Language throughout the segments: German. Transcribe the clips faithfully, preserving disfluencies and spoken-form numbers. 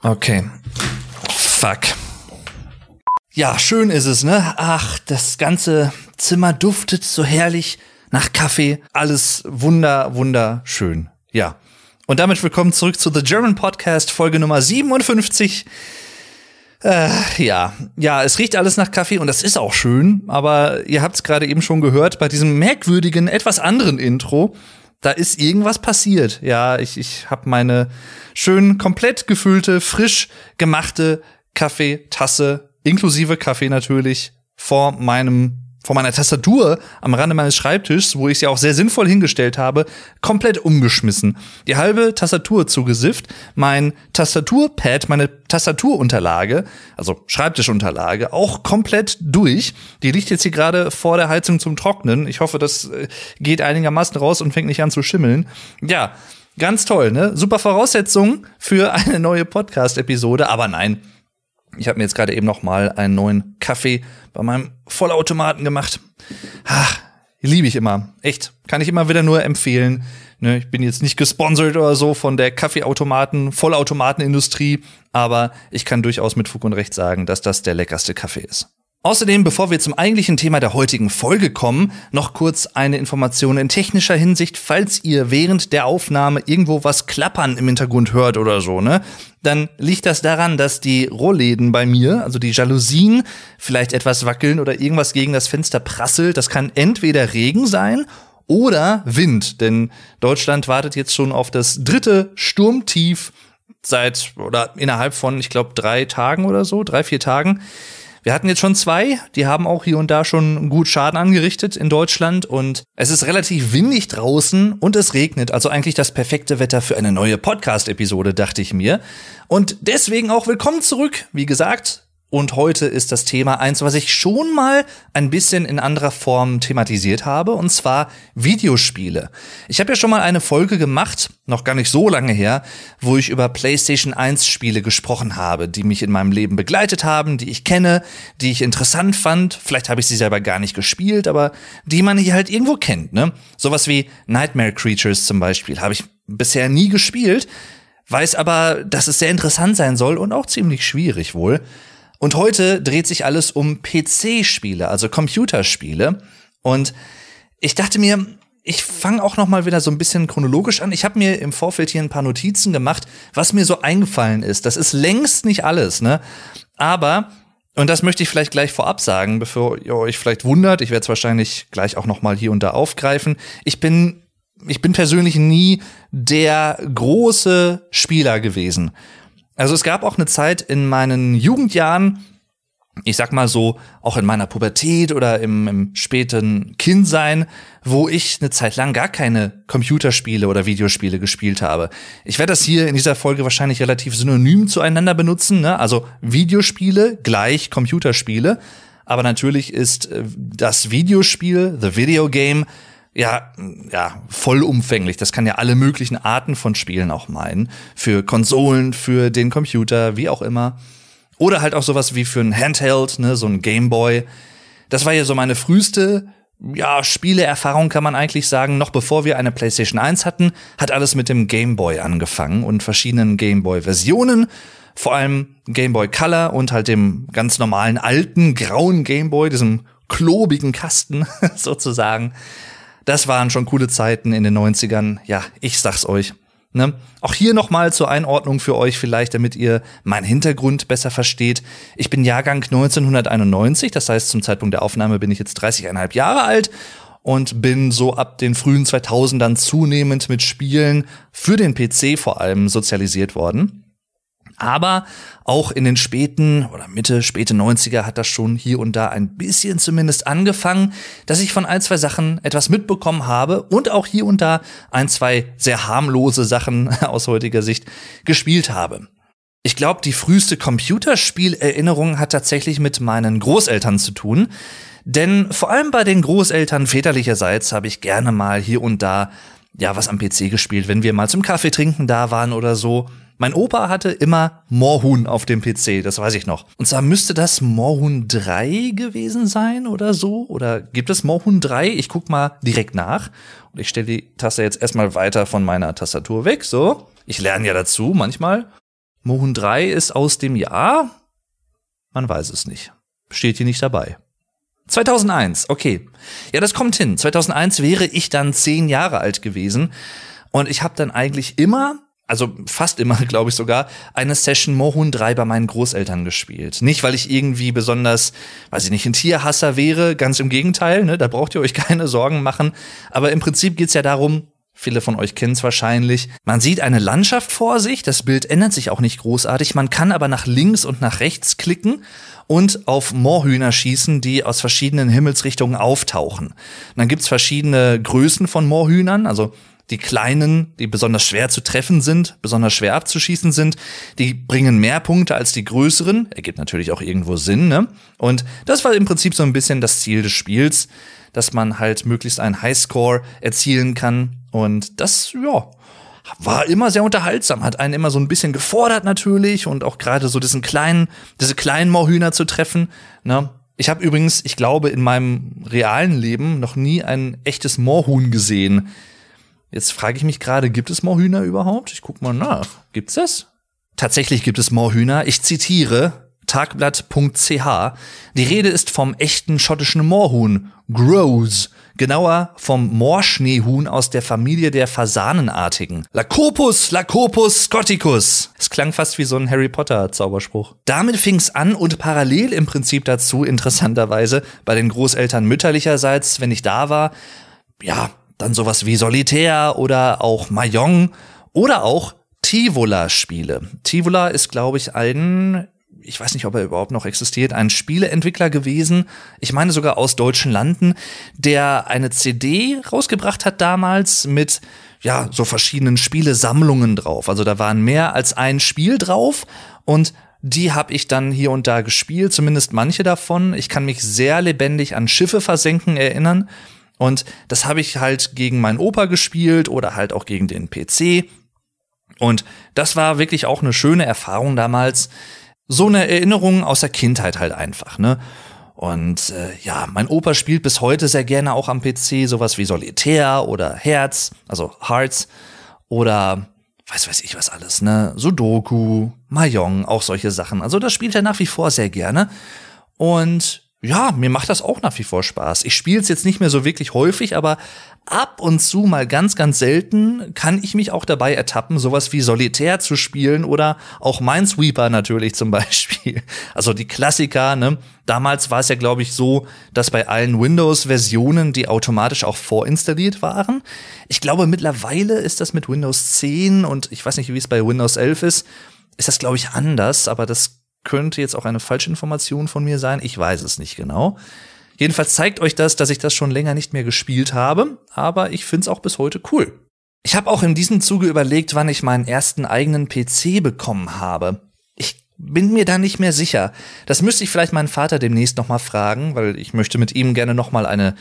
Okay. Fuck. Ja, schön ist es, ne? Ach, das ganze Zimmer duftet so herrlich nach Kaffee. Alles wunder, wunderschön. Ja. Und damit willkommen zurück zu The German Podcast, Folge Nummer siebenundfünfzig. Äh, ja, ja, es riecht alles nach Kaffee und das ist auch schön, aber ihr habt es gerade eben schon gehört, bei diesem merkwürdigen, etwas anderen Intro, da ist irgendwas passiert. Ja, ich, ich habe meine schön komplett gefüllte, frisch gemachte Kaffeetasse, inklusive Kaffee natürlich, vor meinem vor meiner Tastatur am Rande meines Schreibtischs, wo ich sie auch sehr sinnvoll hingestellt habe, komplett umgeschmissen. Die halbe Tastatur zugesifft, mein Tastaturpad, meine Tastaturunterlage, also Schreibtischunterlage, auch komplett durch. Die liegt jetzt hier gerade vor der Heizung zum Trocknen. Ich hoffe, das geht einigermaßen raus und fängt nicht an zu schimmeln. Ja, ganz toll, ne? Super Voraussetzungen für eine neue Podcast-Episode, aber nein. Ich habe mir jetzt gerade eben noch mal einen neuen Kaffee bei meinem Vollautomaten gemacht. Ach, liebe ich immer. Echt. Kann ich immer wieder nur empfehlen. Ne, ich bin jetzt nicht gesponsert oder so von der Kaffeeautomaten, Vollautomatenindustrie, aber ich kann durchaus mit Fug und Recht sagen, dass das der leckerste Kaffee ist. Außerdem, bevor wir zum eigentlichen Thema der heutigen Folge kommen, noch kurz eine Information in technischer Hinsicht. Falls ihr während der Aufnahme irgendwo was klappern im Hintergrund hört oder so, ne, dann liegt das daran, dass die Rollläden bei mir, also die Jalousien, vielleicht etwas wackeln oder irgendwas gegen das Fenster prasselt. Das kann entweder Regen sein oder Wind, denn Deutschland wartet jetzt schon auf das dritte Sturmtief seit oder innerhalb von, ich glaube, drei Tagen oder so, drei, vier Tagen. Wir hatten jetzt schon zwei, die haben auch hier und da schon gut Schaden angerichtet in Deutschland und es ist relativ windig draußen und es regnet, also eigentlich das perfekte Wetter für eine neue Podcast-Episode, dachte ich mir. Und deswegen auch willkommen zurück, wie gesagt. Und heute ist das Thema eins, was ich schon mal ein bisschen in anderer Form thematisiert habe, und zwar Videospiele. Ich habe ja schon mal eine Folge gemacht, noch gar nicht so lange her, wo ich über PlayStation eins Spiele gesprochen habe, die mich in meinem Leben begleitet haben, die ich kenne, die ich interessant fand. Vielleicht habe ich sie selber gar nicht gespielt, aber die man hier halt irgendwo kennt, ne? Sowas wie Nightmare Creatures zum Beispiel habe ich bisher nie gespielt, weiß aber, dass es sehr interessant sein soll und auch ziemlich schwierig wohl. Und heute dreht sich alles um P C-Spiele, also Computerspiele. Und ich dachte mir, ich fange auch noch mal wieder so ein bisschen chronologisch an. Ich habe mir im Vorfeld hier ein paar Notizen gemacht, was mir so eingefallen ist. Das ist längst nicht alles, ne? Aber, und das möchte ich vielleicht gleich vorab sagen, bevor ihr euch vielleicht wundert, ich werde es wahrscheinlich gleich auch noch mal hier und da aufgreifen. Ich bin, ich bin persönlich nie der große Spieler gewesen. Also es gab auch eine Zeit in meinen Jugendjahren, ich sag mal so, auch in meiner Pubertät oder im, im späten Kindsein, wo ich eine Zeit lang gar keine Computerspiele oder Videospiele gespielt habe. Ich werde das hier in dieser Folge wahrscheinlich relativ synonym zueinander benutzen, ne? Also Videospiele gleich Computerspiele. Aber natürlich ist das Videospiel, the video game, Ja, ja, vollumfänglich. Das kann ja alle möglichen Arten von Spielen auch meinen. Für Konsolen, für den Computer, wie auch immer. Oder halt auch sowas wie für ein Handheld, ne, so ein Gameboy. Das war ja so meine früheste, ja, Spieleerfahrung, kann man eigentlich sagen. Noch bevor wir eine PlayStation eins hatten, hat alles mit dem Gameboy angefangen und verschiedenen Gameboy-Versionen. Vor allem Gameboy Color und halt dem ganz normalen alten, grauen Gameboy, diesem klobigen Kasten sozusagen. Das waren schon coole Zeiten in den neunzigern. Ja, ich sag's euch. Ne? Auch hier noch mal zur Einordnung für euch vielleicht, damit ihr meinen Hintergrund besser versteht. Ich bin Jahrgang neunzehnhunderteinundneunzig, das heißt, zum Zeitpunkt der Aufnahme bin ich jetzt dreißig Komma fünf Jahre alt und bin so ab den frühen zweitausendern zunehmend mit Spielen für den P C vor allem sozialisiert worden. Aber auch in den späten oder Mitte, späte neunziger hat das schon hier und da ein bisschen zumindest angefangen, dass ich von ein, zwei Sachen etwas mitbekommen habe und auch hier und da ein, zwei sehr harmlose Sachen aus heutiger Sicht gespielt habe. Ich glaube, die früheste Computerspielerinnerung hat tatsächlich mit meinen Großeltern zu tun. Denn vor allem bei den Großeltern väterlicherseits habe ich gerne mal hier und da ja was am P C gespielt, wenn wir mal zum Kaffee trinken da waren oder so. Mein Opa hatte immer Moorhuhn auf dem P C, das weiß ich noch. Und zwar müsste das Moorhuhn drei gewesen sein oder so. Oder gibt es Moorhuhn drei? Ich guck mal direkt nach. Und ich stelle die Taste jetzt erstmal weiter von meiner Tastatur weg, so. Ich lerne ja dazu manchmal. Mohun drei ist aus dem Jahr? Man weiß es nicht. Steht hier nicht dabei. zweitausendeins, okay. Ja, das kommt hin. zweitausendeins wäre ich dann zehn Jahre alt gewesen. Und ich habe dann eigentlich immer, also fast immer, glaube ich sogar, eine Session Mohun drei bei meinen Großeltern gespielt. Nicht, weil ich irgendwie besonders, weiß ich nicht, ein Tierhasser wäre, ganz im Gegenteil, ne, da braucht ihr euch keine Sorgen machen. Aber im Prinzip geht's ja darum, viele von euch kennen es wahrscheinlich, man sieht eine Landschaft vor sich, das Bild ändert sich auch nicht großartig, man kann aber nach links und nach rechts klicken und auf Moorhühner schießen, die aus verschiedenen Himmelsrichtungen auftauchen. Und dann gibt's verschiedene Größen von Moorhühnern, also die kleinen, die besonders schwer zu treffen sind, besonders schwer abzuschießen sind, die bringen mehr Punkte als die größeren. Ergibt natürlich auch irgendwo Sinn, ne? Und das war im Prinzip so ein bisschen das Ziel des Spiels, dass man halt möglichst einen Highscore erzielen kann. Und das, ja, war immer sehr unterhaltsam, hat einen immer so ein bisschen gefordert natürlich und auch gerade so diesen kleinen, diese kleinen Moorhühner zu treffen, ne? Ich habe übrigens, ich glaube, in meinem realen Leben noch nie ein echtes Moorhuhn gesehen. Jetzt frage ich mich gerade, gibt es Moorhühner überhaupt? Ich guck mal nach. Gibt's das? Tatsächlich gibt es Moorhühner. Ich zitiere tagblatt punkt c h. Die Rede ist vom echten schottischen Moorhuhn, Grouse. Genauer vom Moorschneehuhn aus der Familie der Fasanenartigen. Lacopus, Lacopus scoticus. Es klang fast wie so ein Harry Potter Zauberspruch. Damit fing's an und parallel im Prinzip dazu, interessanterweise, bei den Großeltern mütterlicherseits, wenn ich da war, ja, dann sowas wie Solitär oder auch Mahjong oder auch Tivola-Spiele. Tivola ist, glaube ich, ein, ich weiß nicht, ob er überhaupt noch existiert, ein Spieleentwickler gewesen, ich meine sogar aus deutschen Landen, der eine C D rausgebracht hat damals mit, ja, so verschiedenen Spielesammlungen drauf. Also da waren mehr als ein Spiel drauf und die habe ich dann hier und da gespielt, zumindest manche davon. Ich kann mich sehr lebendig an Schiffe versenken erinnern. Und das habe ich halt gegen meinen Opa gespielt oder halt auch gegen den P C. Und das war wirklich auch eine schöne Erfahrung damals. So eine Erinnerung aus der Kindheit halt einfach, ne? Und äh, ja, mein Opa spielt bis heute sehr gerne auch am P C sowas wie Solitär oder Herz, also Hearts oder weiß weiß ich was alles, ne? Sudoku, Mahjong, auch solche Sachen. Also das spielt er nach wie vor sehr gerne. Und ja, mir macht das auch nach wie vor Spaß. Ich spiele es jetzt nicht mehr so wirklich häufig, aber ab und zu mal ganz, ganz selten kann ich mich auch dabei ertappen, sowas wie Solitär zu spielen oder auch Minesweeper natürlich zum Beispiel. Also die Klassiker, ne? Damals war es ja, glaube ich, so, dass bei allen Windows-Versionen die automatisch auch vorinstalliert waren. Ich glaube, mittlerweile ist das mit Windows zehn und ich weiß nicht, wie es bei Windows elf ist, ist das, glaube ich, anders, aber das könnte jetzt auch eine Falschinformation von mir sein. Ich weiß es nicht genau. Jedenfalls zeigt euch das, dass ich das schon länger nicht mehr gespielt habe, aber ich finde es auch bis heute cool. Ich habe auch in diesem Zuge überlegt, wann ich meinen ersten eigenen P C bekommen habe. Ich bin mir da nicht mehr sicher. Das müsste ich vielleicht meinen Vater demnächst noch mal fragen, weil ich möchte mit ihm gerne noch mal eine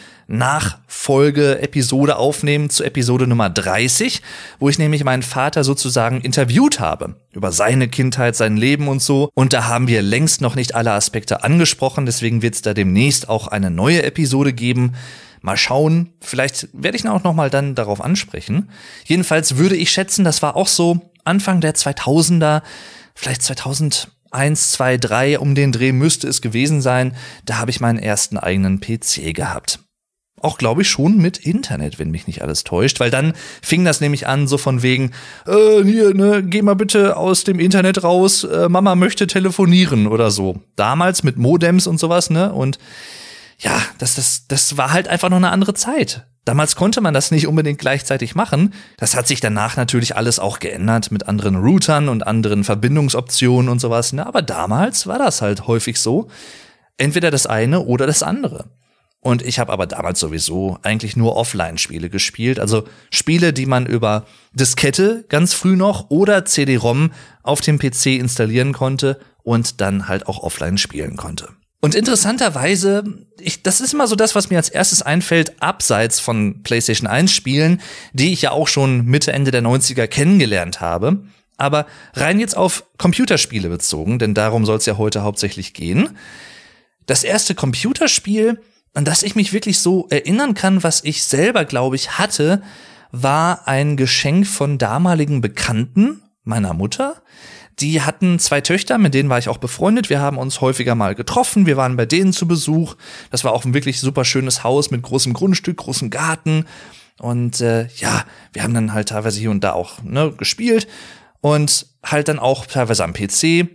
Nachfolge-Episode aufnehmen zu Episode Nummer dreißig, wo ich nämlich meinen Vater sozusagen interviewt habe über seine Kindheit, sein Leben und so. Und da haben wir längst noch nicht alle Aspekte angesprochen, deswegen wird es da demnächst auch eine neue Episode geben. Mal schauen, vielleicht werde ich ihn auch noch mal dann darauf ansprechen. Jedenfalls würde ich schätzen, das war auch so Anfang der zweitausender, vielleicht zweitausendeins, zwei, drei, um den Dreh müsste es gewesen sein. Da habe ich meinen ersten eigenen P C gehabt. Auch, glaube ich, schon mit Internet, wenn mich nicht alles täuscht. Weil dann fing das nämlich an, so von wegen, äh, hier, ne, geh mal bitte aus dem Internet raus, äh, Mama möchte telefonieren oder so. Damals mit Modems und sowas, ne? Und ja, das, das, das war halt einfach noch eine andere Zeit. Damals konnte man das nicht unbedingt gleichzeitig machen. Das hat sich danach natürlich alles auch geändert mit anderen Routern und anderen Verbindungsoptionen und sowas. Ne? Aber damals war das halt häufig so. Entweder das eine oder das andere. Und ich habe aber damals sowieso eigentlich nur Offline-Spiele gespielt. Also Spiele, die man über Diskette ganz früh noch oder C D-ROM auf dem P C installieren konnte und dann halt auch offline spielen konnte. Und interessanterweise, ich, das ist immer so das, was mir als erstes einfällt, abseits von PlayStation eins Spielen, die ich ja auch schon Mitte, Ende der neunziger kennengelernt habe. Aber rein jetzt auf Computerspiele bezogen, denn darum soll es ja heute hauptsächlich gehen. Das erste Computerspiel, an das ich mich wirklich so erinnern kann, was ich selber, glaube ich, hatte, war ein Geschenk von damaligen Bekannten meiner Mutter. Die hatten zwei Töchter, mit denen war ich auch befreundet. Wir haben uns häufiger mal getroffen. Wir waren bei denen zu Besuch. Das war auch ein wirklich super schönes Haus mit großem Grundstück, großem Garten. Und äh, ja, wir haben dann halt teilweise hier und da auch ne, gespielt und halt dann auch teilweise am P C.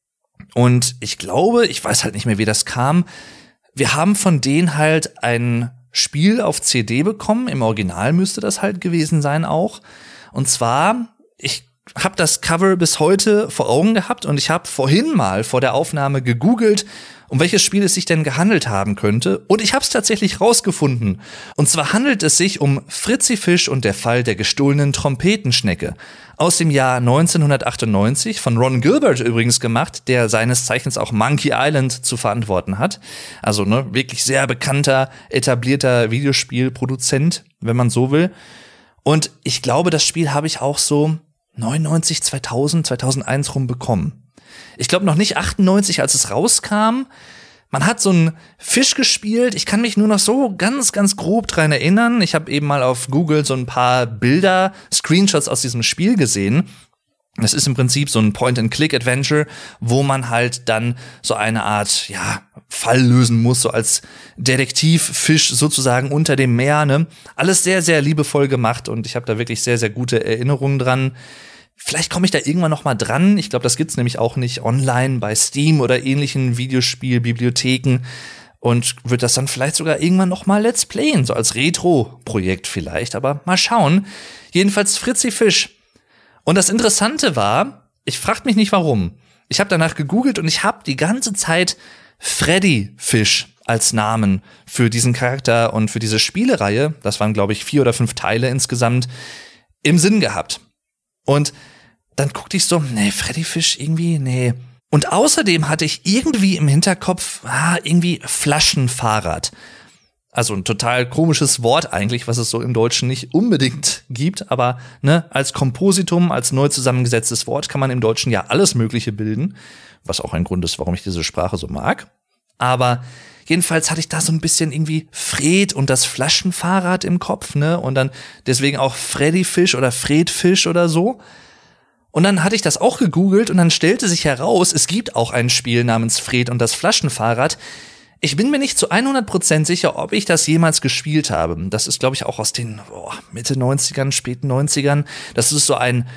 Und ich glaube, ich weiß halt nicht mehr, wie das kam. Wir haben von denen halt ein Spiel auf C D bekommen. Im Original müsste das halt gewesen sein auch. Und zwar, ich habe das Cover bis heute vor Augen gehabt und ich habe vorhin mal vor der Aufnahme gegoogelt, um welches Spiel es sich denn gehandelt haben könnte. Und ich habe es tatsächlich rausgefunden. Und zwar handelt es sich um Fritzi Fisch und der Fall der gestohlenen Trompetenschnecke. Aus dem Jahr neunzehnhundertachtundneunzig, von Ron Gilbert übrigens gemacht, der seines Zeichens auch Monkey Island zu verantworten hat. Also ne, wirklich sehr bekannter, etablierter Videospielproduzent, wenn man so will. Und ich glaube, das Spiel habe ich auch so neunundneunzig, zweitausend, zweitausendeins rum bekommen. Ich glaube noch nicht achtundneunzig, als es rauskam. Man hat so einen Fisch gespielt. Ich kann mich nur noch so ganz, ganz grob dran erinnern. Ich habe eben mal auf Google so ein paar Bilder, Screenshots aus diesem Spiel gesehen. Das ist im Prinzip so ein Point-and-Click-Adventure, wo man halt dann so eine Art, ja, Fall lösen muss, so als Detektivfisch sozusagen unter dem Meer, ne? Alles sehr, sehr liebevoll gemacht und ich habe da wirklich sehr, sehr gute Erinnerungen dran. Vielleicht komme ich da irgendwann noch mal dran. Ich glaube, das gibt's nämlich auch nicht online bei Steam oder ähnlichen Videospielbibliotheken und wird das dann vielleicht sogar irgendwann noch mal Let's Playen, so als Retro-Projekt vielleicht, aber mal schauen. Jedenfalls Fritzi Fisch. Und das Interessante war, ich frag mich nicht warum. Ich habe danach gegoogelt und ich habe die ganze Zeit Freddy Fisch als Namen für diesen Charakter und für diese Spielereihe, das waren glaube ich vier oder fünf Teile insgesamt, im Sinn gehabt. Und dann guckte ich so, nee, Freddy Fisch irgendwie, nee. Und außerdem hatte ich irgendwie im Hinterkopf, ah, irgendwie Flaschenfahrrad. Also ein total komisches Wort eigentlich, was es so im Deutschen nicht unbedingt gibt, aber ne, als Kompositum, als neu zusammengesetztes Wort kann man im Deutschen ja alles Mögliche bilden, was auch ein Grund ist, warum ich diese Sprache so mag. Aber jedenfalls hatte ich da so ein bisschen irgendwie Fred und das Flaschenfahrrad im Kopf, ne, und dann deswegen auch Freddy Fisch oder Fred Fisch oder so. Und dann hatte ich das auch gegoogelt und dann stellte sich heraus, es gibt auch ein Spiel namens Fred und das Flaschenfahrrad. Ich bin mir nicht zu hundert Prozent sicher, ob ich das jemals gespielt habe. Das ist, glaube ich, auch aus den oh, Mitte neunzigern, späten neunzigern. Das ist so ein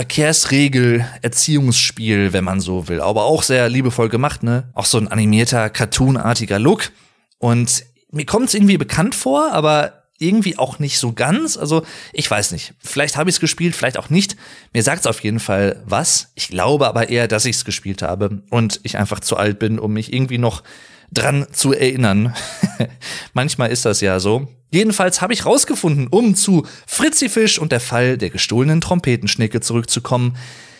Verkehrsregel-Erziehungsspiel, wenn man so will. Aber auch sehr liebevoll gemacht, ne? Auch so ein animierter, cartoonartiger Look. Und mir kommt es irgendwie bekannt vor, aber irgendwie auch nicht so ganz. Also, ich weiß nicht. Vielleicht habe ich es gespielt, vielleicht auch nicht. Mir sagt es auf jeden Fall was. Ich glaube aber eher, dass ich es gespielt habe und ich einfach zu alt bin, um mich irgendwie noch dran zu erinnern. Manchmal ist das ja so. Jedenfalls habe ich rausgefunden, um zu Fritzi Fisch und der Fall der gestohlenen Trompetenschnecke zurückzukommen.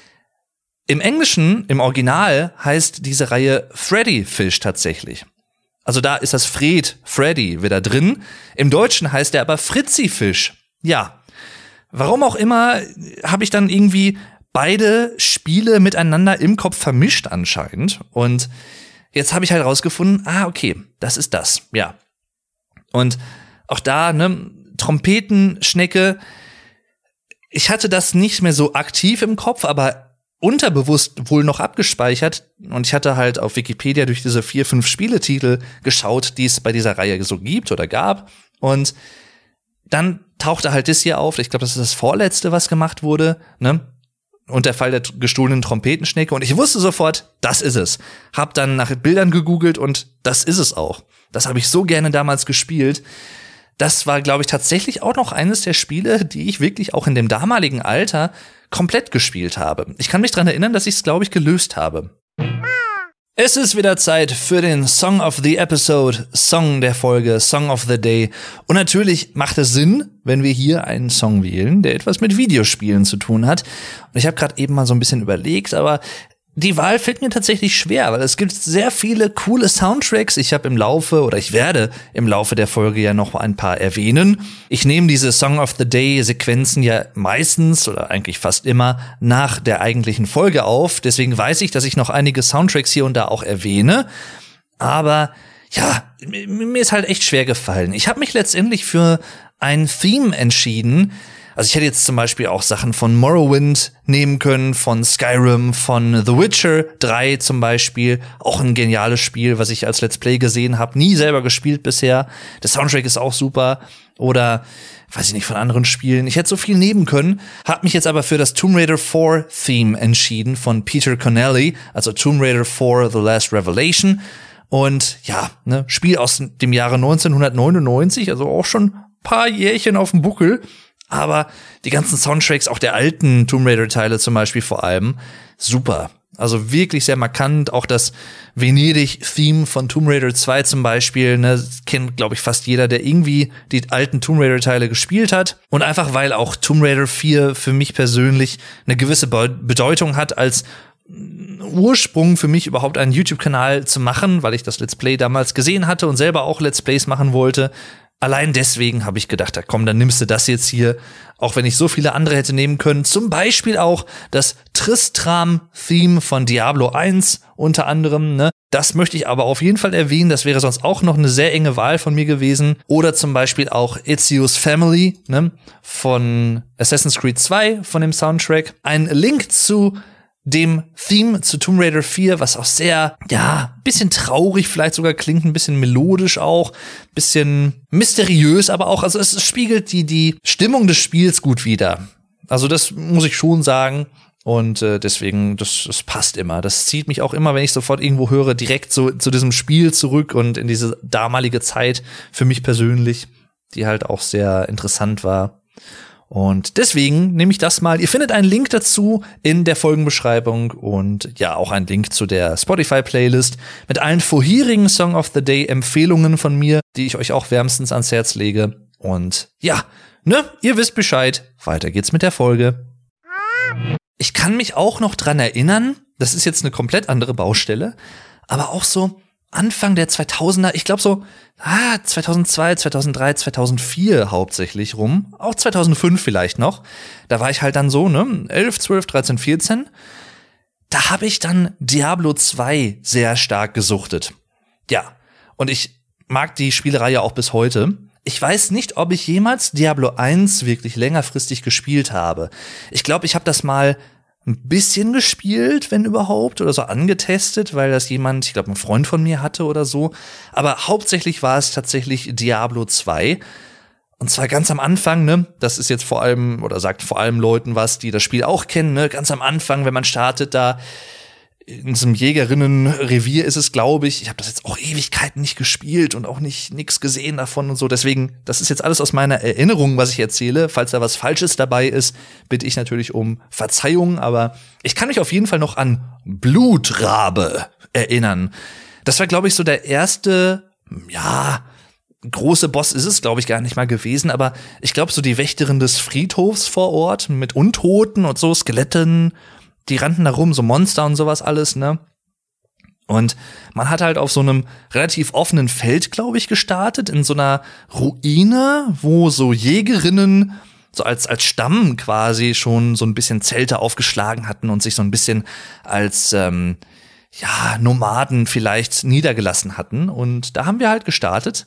Im Englischen, im Original, heißt diese Reihe Freddy Fish tatsächlich. Also da ist das Fred, Freddy wieder drin. Im Deutschen heißt er aber Fritzi Fisch. Ja. Warum auch immer habe ich dann irgendwie beide Spiele miteinander im Kopf vermischt anscheinend. Und jetzt habe ich halt rausgefunden, ah, okay, das ist das, ja. Und auch da, ne, Trompetenschnecke, ich hatte das nicht mehr so aktiv im Kopf, aber unterbewusst wohl noch abgespeichert. Und ich hatte halt auf Wikipedia durch diese vier, fünf Spieletitel geschaut, die es bei dieser Reihe so gibt oder gab. Und dann tauchte halt das hier auf. Ich glaube, das ist das vorletzte, was gemacht wurde, ne? Und der Fall der gestohlenen Trompetenschnecke. Und ich wusste sofort, das ist es. Hab dann nach Bildern gegoogelt und das ist es auch. Das habe ich so gerne damals gespielt. Das war, glaube ich, tatsächlich auch noch eines der Spiele, die ich wirklich auch in dem damaligen Alter komplett gespielt habe. Ich kann mich dran erinnern, dass ich es, glaube ich, gelöst habe. Es ist wieder Zeit für den Song of the Episode, Song der Folge, Song of the Day. Und natürlich macht es Sinn, wenn wir hier einen Song wählen, der etwas mit Videospielen zu tun hat. Und ich habe gerade eben mal so ein bisschen überlegt, aber die Wahl fällt mir tatsächlich schwer, weil es gibt sehr viele coole Soundtracks. Ich habe im Laufe oder ich werde im Laufe der Folge ja noch ein paar erwähnen. Ich nehme diese Song of the Day Sequenzen ja meistens oder eigentlich fast immer nach der eigentlichen Folge auf. Deswegen weiß ich, dass ich noch einige Soundtracks hier und da auch erwähne. Aber ja, mir ist halt echt schwer gefallen. Ich habe mich letztendlich für ein Theme entschieden, Also ich hätte jetzt zum Beispiel auch Sachen von Morrowind nehmen können, von Skyrim, von The Witcher drei zum Beispiel. Auch ein geniales Spiel, was ich als Let's Play gesehen habe. Nie selber gespielt bisher. Der Soundtrack ist auch super. Oder, weiß ich nicht, von anderen Spielen. Ich hätte so viel nehmen können, habe mich jetzt aber für das Tomb Raider vier Theme entschieden von Peter Connelly. Also Tomb Raider vier The Last Revelation. Und ja, ne, Spiel aus dem Jahre neunzehnhundertneunundneunzig, also auch schon ein paar Jährchen auf dem Buckel. Aber die ganzen Soundtracks, auch der alten Tomb Raider-Teile zum Beispiel vor allem, super. Also wirklich sehr markant. Auch das Venedig-Theme von Tomb Raider zwei zum Beispiel, ne, kennt, glaube ich, fast jeder, der irgendwie die alten Tomb Raider-Teile gespielt hat. Und einfach, weil auch Tomb Raider vier für mich persönlich eine gewisse Be- Bedeutung hat als Ursprung für mich überhaupt einen YouTube-Kanal zu machen, weil ich das Let's Play damals gesehen hatte und selber auch Let's Plays machen wollte. Allein deswegen habe ich gedacht, ja, komm, dann nimmst du das jetzt hier, auch wenn ich so viele andere hätte nehmen können. Zum Beispiel auch das Tristram-Theme von Diablo eins unter anderem, ne? Das möchte ich aber auf jeden Fall erwähnen. Das wäre sonst auch noch eine sehr enge Wahl von mir gewesen. Oder zum Beispiel auch Ezio's Family, ne? Von Assassin's Creed zwei, von dem Soundtrack. Ein Link zu dem Theme zu Tomb Raider vier, was auch sehr, ja, bisschen traurig vielleicht sogar klingt, ein bisschen melodisch auch, bisschen mysteriös, aber auch, also es spiegelt die, die Stimmung des Spiels gut wider. Also das muss ich schon sagen. Und äh, deswegen, das, das passt immer. Das zieht mich auch immer, wenn ich sofort irgendwo höre, direkt so zu diesem Spiel zurück und in diese damalige Zeit für mich persönlich, die halt auch sehr interessant war. Und deswegen nehme ich das mal. Ihr findet einen Link dazu in der Folgenbeschreibung und ja, auch einen Link zu der Spotify-Playlist mit allen vorherigen Song of the Day-Empfehlungen von mir, die ich euch auch wärmstens ans Herz lege. Und ja, ne, ihr wisst Bescheid. Weiter geht's mit der Folge. Ich kann mich auch noch dran erinnern, das ist jetzt eine komplett andere Baustelle, aber auch so Anfang der zweitausender, ich glaube so ah, zweitausendzwei, zweitausenddrei, zweitausendvier hauptsächlich rum, auch zweitausendfünf vielleicht noch. Da war ich halt dann so, ne, elf, zwölf, dreizehn, vierzehn. Da habe ich dann Diablo zwei sehr stark gesuchtet. Ja, und ich mag die Spielereihe auch bis heute. Ich weiß nicht, ob ich jemals Diablo eins wirklich längerfristig gespielt habe. Ich glaube, ich habe das mal ein bisschen gespielt, wenn überhaupt, oder so angetestet, weil das jemand, ich glaube, ein Freund von mir hatte oder so. Aber hauptsächlich war es tatsächlich Diablo zwei. Und zwar ganz am Anfang, ne, das ist jetzt vor allem, oder sagt vor allem Leuten was, die das Spiel auch kennen, ne, ganz am Anfang, wenn man startet, da in diesem Jägerinnenrevier ist es, glaube ich. Ich habe das jetzt auch Ewigkeiten nicht gespielt und auch nicht nix gesehen davon und so. Deswegen, das ist jetzt alles aus meiner Erinnerung, was ich erzähle. Falls da was Falsches dabei ist, bitte ich natürlich um Verzeihung. Aber ich kann mich auf jeden Fall noch an Blutrabe erinnern. Das war, glaube ich, so der erste, ja, große Boss ist es, glaube ich, gar nicht mal gewesen. Aber ich glaube, so die Wächterin des Friedhofs vor Ort mit Untoten und so, Skeletten, die rannten da rum, so Monster und sowas alles, ne? Und man hat halt auf so einem relativ offenen Feld, glaube ich, gestartet, in so einer Ruine, wo so Jägerinnen so als als Stamm quasi schon so ein bisschen Zelte aufgeschlagen hatten und sich so ein bisschen als ähm, ja, Nomaden vielleicht niedergelassen hatten. Und da haben wir halt gestartet.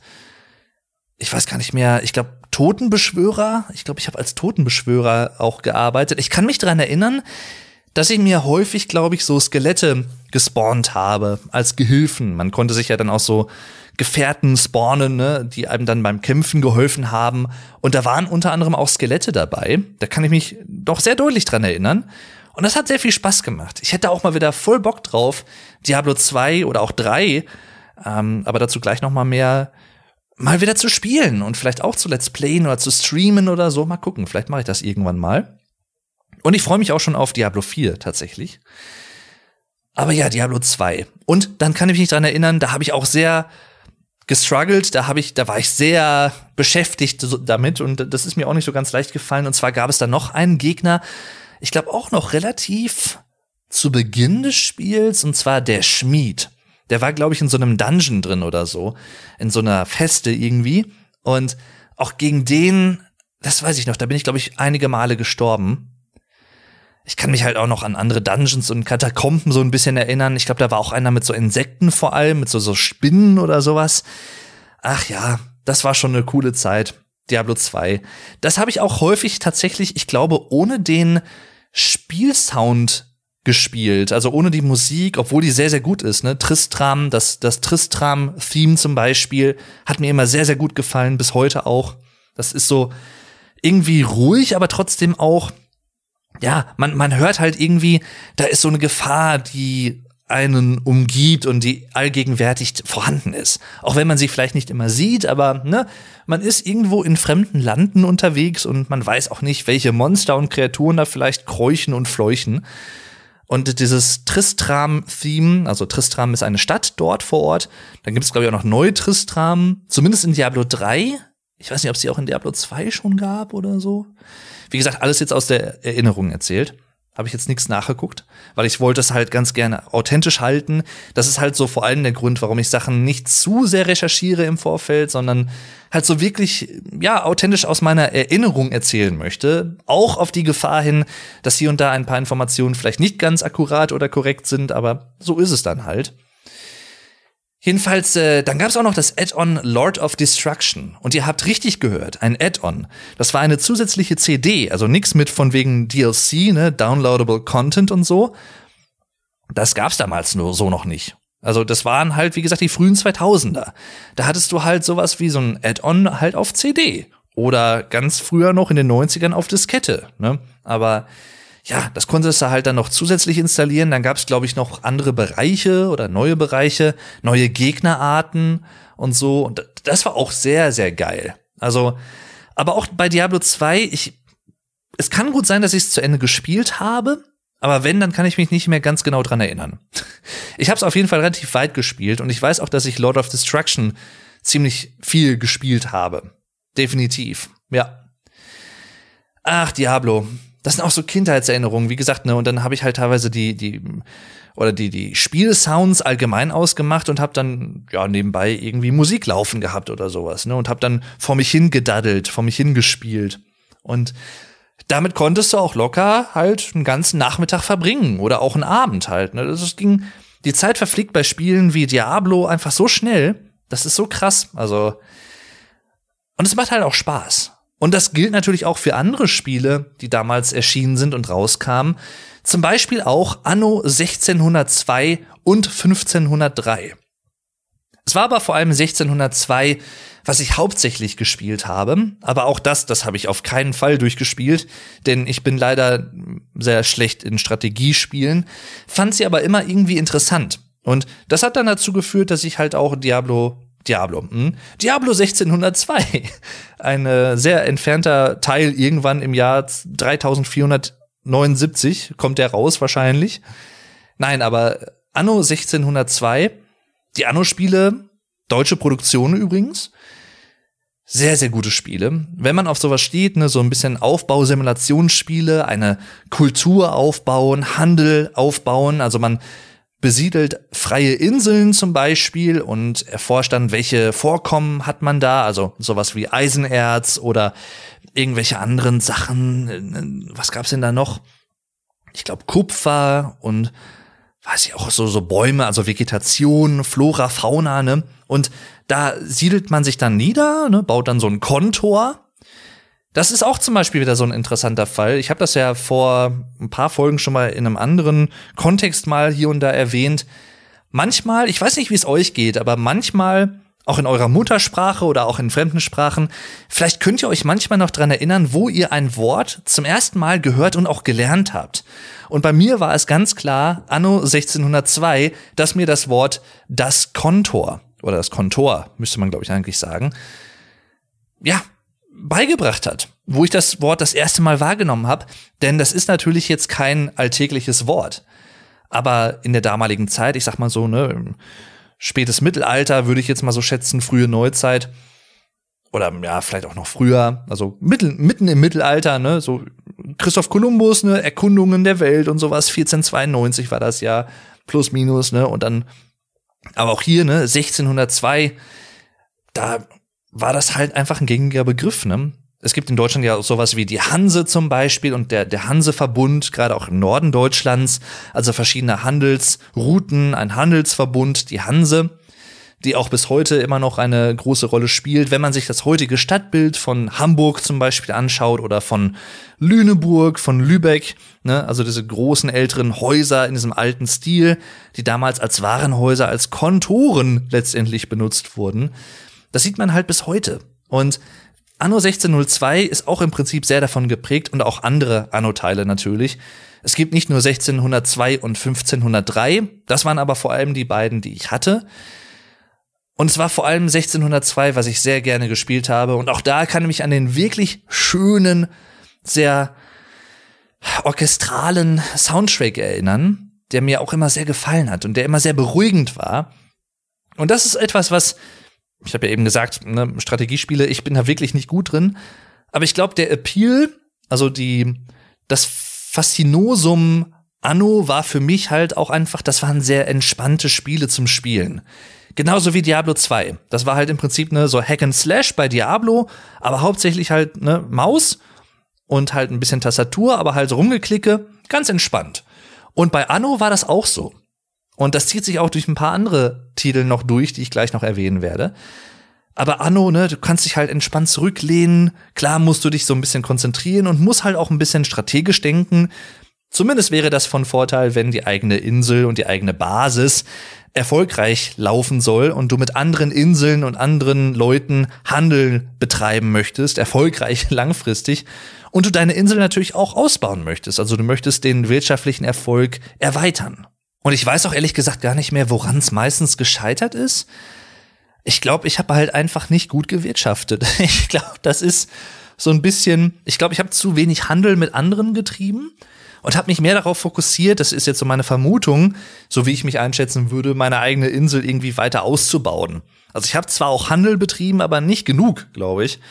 Ich weiß gar nicht mehr, ich glaube Totenbeschwörer, ich glaube, ich habe als Totenbeschwörer auch gearbeitet. Ich kann mich daran erinnern, dass ich mir häufig, glaube ich, so Skelette gespawnt habe als Gehilfen. Man konnte sich ja dann auch so Gefährten spawnen, ne, die einem dann beim Kämpfen geholfen haben. Und da waren unter anderem auch Skelette dabei. Da kann ich mich doch sehr deutlich dran erinnern. Und das hat sehr viel Spaß gemacht. Ich hätte auch mal wieder voll Bock drauf, Diablo zwei oder auch drei, ähm, aber dazu gleich noch mal mehr, mal wieder zu spielen und vielleicht auch zu Let's Playen oder zu streamen oder so. Mal gucken, vielleicht mache ich das irgendwann mal. Und ich freue mich auch schon auf Diablo vier tatsächlich. Aber ja, Diablo zwei. Und dann kann ich mich dran erinnern, da habe ich auch sehr gestruggelt, da habe ich, da war ich sehr beschäftigt damit und das ist mir auch nicht so ganz leicht gefallen. Und zwar gab es da noch einen Gegner, ich glaube auch noch relativ zu Beginn des Spiels, und zwar der Schmied. Der war, glaube ich, in so einem Dungeon drin oder so, in so einer Feste irgendwie. Und auch gegen den, das weiß ich noch, da bin ich, glaube ich, einige Male gestorben. Ich kann mich halt auch noch an andere Dungeons und Katakomben so ein bisschen erinnern. Ich glaube, da war auch einer mit so Insekten vor allem, mit so, so Spinnen oder sowas. Ach ja, das war schon eine coole Zeit. Diablo zwei. Das habe ich auch häufig tatsächlich, ich glaube, ohne den Spielsound gespielt, also ohne die Musik, obwohl die sehr, sehr gut ist, ne? Tristram, das, das Tristram-Theme zum Beispiel, hat mir immer sehr, sehr gut gefallen, bis heute auch. Das ist so irgendwie ruhig, aber trotzdem auch, ja, man, man hört halt irgendwie, da ist so eine Gefahr, die einen umgibt und die allgegenwärtig vorhanden ist. Auch wenn man sie vielleicht nicht immer sieht, aber ne, man ist irgendwo in fremden Landen unterwegs und man weiß auch nicht, welche Monster und Kreaturen da vielleicht kräuchen und fleuchen. Und dieses Tristram-Theme, also Tristram ist eine Stadt dort vor Ort. Dann gibt es, glaube ich, auch noch Neu-Tristram, zumindest in Diablo drei. Ich weiß nicht, ob es die auch in Diablo zwei schon gab oder so. Wie gesagt, alles jetzt aus der Erinnerung erzählt. Habe ich jetzt nichts nachgeguckt, weil ich wollte es halt ganz gerne authentisch halten. Das ist halt so vor allem der Grund, warum ich Sachen nicht zu sehr recherchiere im Vorfeld, sondern halt so wirklich, ja, authentisch aus meiner Erinnerung erzählen möchte. Auch auf die Gefahr hin, dass hier und da ein paar Informationen vielleicht nicht ganz akkurat oder korrekt sind, aber so ist es dann halt. Jedenfalls, äh, dann gab es auch noch das Add-on Lord of Destruction. Und ihr habt richtig gehört, ein Add-on. Das war eine zusätzliche C D, also nix mit von wegen D L C, ne, Downloadable Content und so. Das gab's damals nur so noch nicht. Also das waren halt, wie gesagt, die frühen zweitausender. Da hattest du halt sowas wie so ein Add-on halt auf C D. Oder ganz früher noch in den neunzigern auf Diskette, ne. Aber ja, das konntest du halt dann noch zusätzlich installieren. Dann gab es, glaube ich, noch andere Bereiche oder neue Bereiche, neue Gegnerarten und so. Und das war auch sehr, sehr geil. Also, aber auch bei Diablo zwei, ich, es kann gut sein, dass ich es zu Ende gespielt habe. Aber wenn, dann kann ich mich nicht mehr ganz genau dran erinnern. Ich habe es auf jeden Fall relativ weit gespielt. Und ich weiß auch, dass ich Lord of Destruction ziemlich viel gespielt habe. Definitiv, ja. Ach, Diablo. Das sind auch so Kindheitserinnerungen, wie gesagt, ne, und dann habe ich halt teilweise die die oder die die Spielsounds allgemein ausgemacht und habe dann ja nebenbei irgendwie Musik laufen gehabt oder sowas, ne, und habe dann vor mich hingedaddelt, vor mich hingespielt. Und damit konntest du auch locker halt einen ganzen Nachmittag verbringen oder auch einen Abend halt, ne. Das ging, die Zeit verfliegt bei Spielen wie Diablo einfach so schnell, das ist so krass, also, und es macht halt auch Spaß. Und das gilt natürlich auch für andere Spiele, die damals erschienen sind und rauskamen. Zum Beispiel auch Anno sechzehnhundertzwei und fünfzehnhundertdrei. Es war aber vor allem sechzehnhundertzwei, was ich hauptsächlich gespielt habe. Aber auch das, das habe ich auf keinen Fall durchgespielt, denn ich bin leider sehr schlecht in Strategiespielen, fand sie aber immer irgendwie interessant. Und das hat dann dazu geführt, dass ich halt auch Diablo Diablo. Hm? Diablo sechzehnhundertzwei. Ein äh, sehr entfernter Teil irgendwann im Jahr dreitausendvierhundertneunundsiebzig kommt der raus wahrscheinlich. Nein, aber Anno sechzehnhundertzwei, die Anno-Spiele, deutsche Produktion übrigens, sehr, sehr gute Spiele. Wenn man auf sowas steht, ne, so ein bisschen Aufbausimulationsspiele, eine Kultur aufbauen, Handel aufbauen, also man besiedelt freie Inseln zum Beispiel und erforscht dann, welche Vorkommen hat man da, also sowas wie Eisenerz oder irgendwelche anderen Sachen. Was gab's denn da noch? Ich glaube Kupfer und weiß ich auch, so so Bäume, also Vegetation, Flora, Fauna, ne? Und da siedelt man sich dann nieder, ne, baut dann so ein Kontor. Das ist auch zum Beispiel wieder so ein interessanter Fall. Ich habe das ja vor ein paar Folgen schon mal in einem anderen Kontext mal hier und da erwähnt. Manchmal, ich weiß nicht, wie es euch geht, aber manchmal, auch in eurer Muttersprache oder auch in fremden Sprachen, vielleicht könnt ihr euch manchmal noch dran erinnern, wo ihr ein Wort zum ersten Mal gehört und auch gelernt habt. Und bei mir war es ganz klar, Anno sechzehnhundertzwei, dass mir das Wort das Kontor oder das Kontor, müsste man, glaube ich, eigentlich sagen, ja, beigebracht hat, wo ich das Wort das erste Mal wahrgenommen habe, denn das ist natürlich jetzt kein alltägliches Wort. Aber in der damaligen Zeit, ich sag mal so, ne, spätes Mittelalter würde ich jetzt mal so schätzen, frühe Neuzeit oder ja, vielleicht auch noch früher, also mitten, mitten im Mittelalter, ne, so Christoph Kolumbus, ne, Erkundungen der Welt und sowas, vierzehnhundertzweiundneunzig war das ja, plus minus, ne, und dann, aber auch hier, ne, sechzehnhundertzwei, da war das halt einfach ein gängiger Begriff, ne? Es gibt in Deutschland ja auch sowas wie die Hanse zum Beispiel und der, der Hanseverbund, gerade auch im Norden Deutschlands, also verschiedene Handelsrouten, ein Handelsverbund, die Hanse. die auch bis heute immer noch eine große Rolle spielt. Wenn man sich das heutige Stadtbild von Hamburg zum Beispiel anschaut oder von Lüneburg, von Lübeck, ne, also diese großen älteren Häuser in diesem alten Stil, die damals als Warenhäuser, als Kontoren letztendlich benutzt wurden, das sieht man halt bis heute. Und Anno sechzehnhundertzwei ist auch im Prinzip sehr davon geprägt und auch andere Anno-Teile natürlich. Es gibt nicht nur sechzehnhundertzwei und fünfzehnhundertdrei, das waren aber vor allem die beiden, die ich hatte. Und es war vor allem sechzehnhundertzwei, was ich sehr gerne gespielt habe. Und auch da kann ich mich an den wirklich schönen, sehr orchestralen Soundtrack erinnern, der mir auch immer sehr gefallen hat und der immer sehr beruhigend war. Und das ist etwas, was, ich habe ja eben gesagt, ne, Strategiespiele, ich bin da wirklich nicht gut drin. Aber ich glaube, der Appeal, also die, das Faszinosum Anno war für mich halt auch einfach, das waren sehr entspannte Spiele zum Spielen. Genauso wie Diablo zwei. Das war halt im Prinzip ne so Hack and Slash bei Diablo, aber hauptsächlich halt ne Maus und halt ein bisschen Tastatur, aber halt so rumgeklicke, ganz entspannt. Und bei Anno war das auch so. Und das zieht sich auch durch ein paar andere Titel noch durch, die ich gleich noch erwähnen werde. Aber Anno, ne, du kannst dich halt entspannt zurücklehnen. Klar musst du dich so ein bisschen konzentrieren und musst halt auch ein bisschen strategisch denken. Zumindest wäre das von Vorteil, wenn die eigene Insel und die eigene Basis erfolgreich laufen soll und du mit anderen Inseln und anderen Leuten Handel betreiben möchtest, erfolgreich langfristig, und du deine Insel natürlich auch ausbauen möchtest. Also du möchtest den wirtschaftlichen Erfolg erweitern. Und ich weiß auch ehrlich gesagt gar nicht mehr, woran es meistens gescheitert ist. Ich glaube, ich habe halt einfach nicht gut gewirtschaftet. Ich glaube, das ist so ein bisschen, ich glaube, ich habe zu wenig Handel mit anderen getrieben und habe mich mehr darauf fokussiert, das ist jetzt so meine Vermutung, so wie ich mich einschätzen würde, meine eigene Insel irgendwie weiter auszubauen. Also ich habe zwar auch Handel betrieben, aber nicht genug, glaube ich.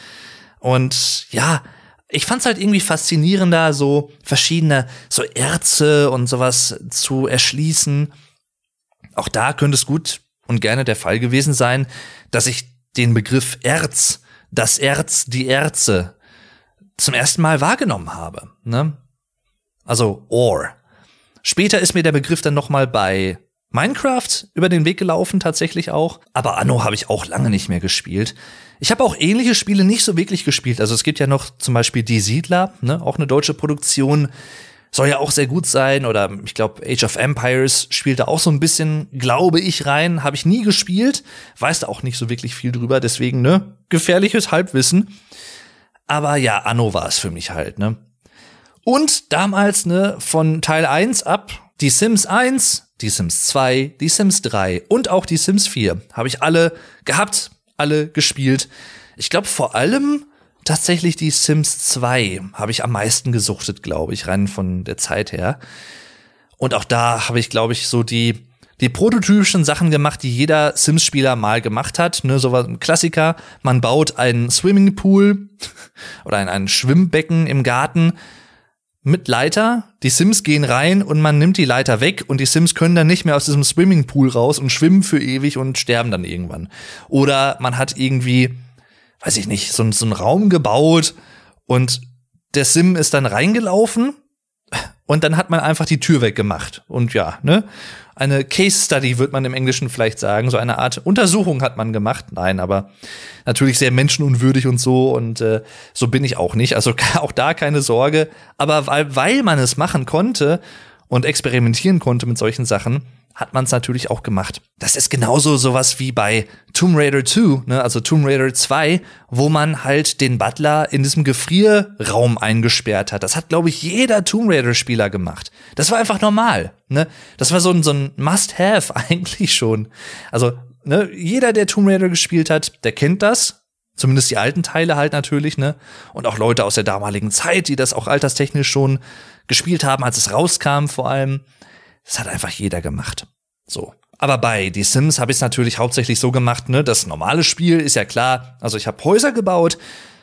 Und ja, ich fand's halt irgendwie faszinierender, so verschiedene so Erze und sowas zu erschließen. Auch da könnte es gut und gerne der Fall gewesen sein, dass ich den Begriff Erz, das Erz, die Erze zum ersten Mal wahrgenommen habe, ne? Also Ore. Später ist mir der Begriff dann noch mal bei Minecraft über den Weg gelaufen, tatsächlich auch. Aber Anno habe ich auch lange nicht mehr gespielt. Ich habe auch ähnliche Spiele nicht so wirklich gespielt. Also es gibt ja noch zum Beispiel Die Siedler, ne, auch eine deutsche Produktion. Soll ja auch sehr gut sein. Oder ich glaube, Age of Empires spielt da auch so ein bisschen, glaube ich, rein. Habe ich nie gespielt. Weiß da auch nicht so wirklich viel drüber. Deswegen, ne, gefährliches Halbwissen. Aber ja, Anno war es für mich halt, ne. Und damals, ne, von Teil eins ab, die Sims eins, die Sims zwei, die Sims drei und auch die Sims vier habe ich alle gehabt, alle gespielt. Ich glaube vor allem tatsächlich die Sims zwei habe ich am meisten gesuchtet, glaube ich, rein von der Zeit her. Und auch da habe ich, glaube ich, so die die prototypischen Sachen gemacht, die jeder Sims-Spieler mal gemacht hat. Ne, so was ein Klassiker. Man baut einen Swimmingpool oder ein, ein Schwimmbecken im Garten mit Leiter, die Sims gehen rein und man nimmt die Leiter weg und die Sims können dann nicht mehr aus diesem Swimmingpool raus und schwimmen für ewig und sterben dann irgendwann. Oder man hat irgendwie, weiß ich nicht, so, so einen Raum gebaut und der Sim ist dann reingelaufen und dann hat man einfach die Tür weggemacht. Und ja, ne? Eine Case Study wird man im Englischen vielleicht sagen, so eine Art Untersuchung hat man gemacht. Nein, aber natürlich sehr menschenunwürdig und so und äh, so bin ich auch nicht. Also auch da keine Sorge. Aber weil, weil man es machen konnte und experimentieren konnte mit solchen Sachen, hat man es natürlich auch gemacht. Das ist genauso sowas wie bei Tomb Raider zwei, ne, also Tomb Raider zwei, wo man halt den Butler in diesem Gefrierraum eingesperrt hat. Das hat, glaube ich, jeder Tomb Raider-Spieler gemacht. Das war einfach normal, ne? Das war so ein, so ein Must-Have eigentlich schon. Also, ne, jeder, der Tomb Raider gespielt hat, der kennt das. Zumindest die alten Teile halt natürlich, ne? Und auch Leute aus der damaligen Zeit, die das auch alterstechnisch schon gespielt haben, als es rauskam vor allem. Das hat einfach jeder gemacht. So. Aber bei The Sims habe ich es natürlich hauptsächlich so gemacht, ne, das normale Spiel ist ja klar. Also ich habe Häuser gebaut,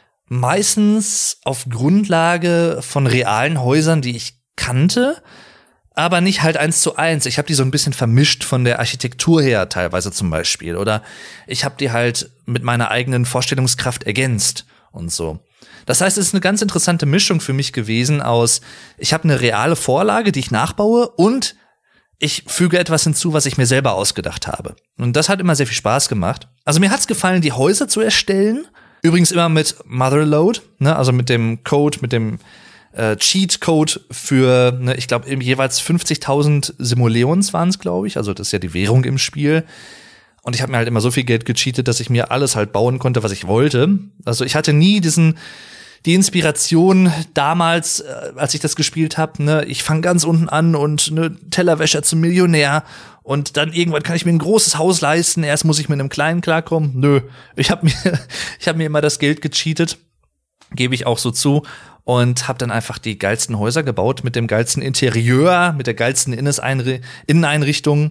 meistens auf Grundlage von realen Häusern, die ich kannte, aber nicht halt eins zu eins. Ich habe die so ein bisschen vermischt von der Architektur her teilweise zum Beispiel. Oder ich habe die halt mit meiner eigenen Vorstellungskraft ergänzt und so. Das heißt, es ist eine ganz interessante Mischung für mich gewesen aus, ich habe eine reale Vorlage, die ich nachbaue und ich füge etwas hinzu, was ich mir selber ausgedacht habe. Und das hat immer sehr viel Spaß gemacht. Also mir hat's gefallen, die Häuser zu erstellen. Übrigens immer mit Motherload, ne, also mit dem Code, mit dem äh, Cheat-Code für, ne, ich glaube, jeweils fünfzigtausend Simoleons waren es, glaube ich. Also das ist ja die Währung im Spiel. Und ich habe mir halt immer so viel Geld gecheatet, dass ich mir alles halt bauen konnte, was ich wollte. Also ich hatte nie diesen die Inspiration damals, äh, als ich das gespielt habe, ne, ich fange ganz unten an und ne, Tellerwäscher zum Millionär und dann irgendwann kann ich mir ein großes Haus leisten, erst muss ich mit einem kleinen klarkommen. Nö, ich habe mir ich habe mir immer das Geld gecheatet, gebe ich auch so zu, und habe dann einfach die geilsten Häuser gebaut mit dem geilsten Interieur, mit der geilsten Inneseinri- Inneneinrichtung,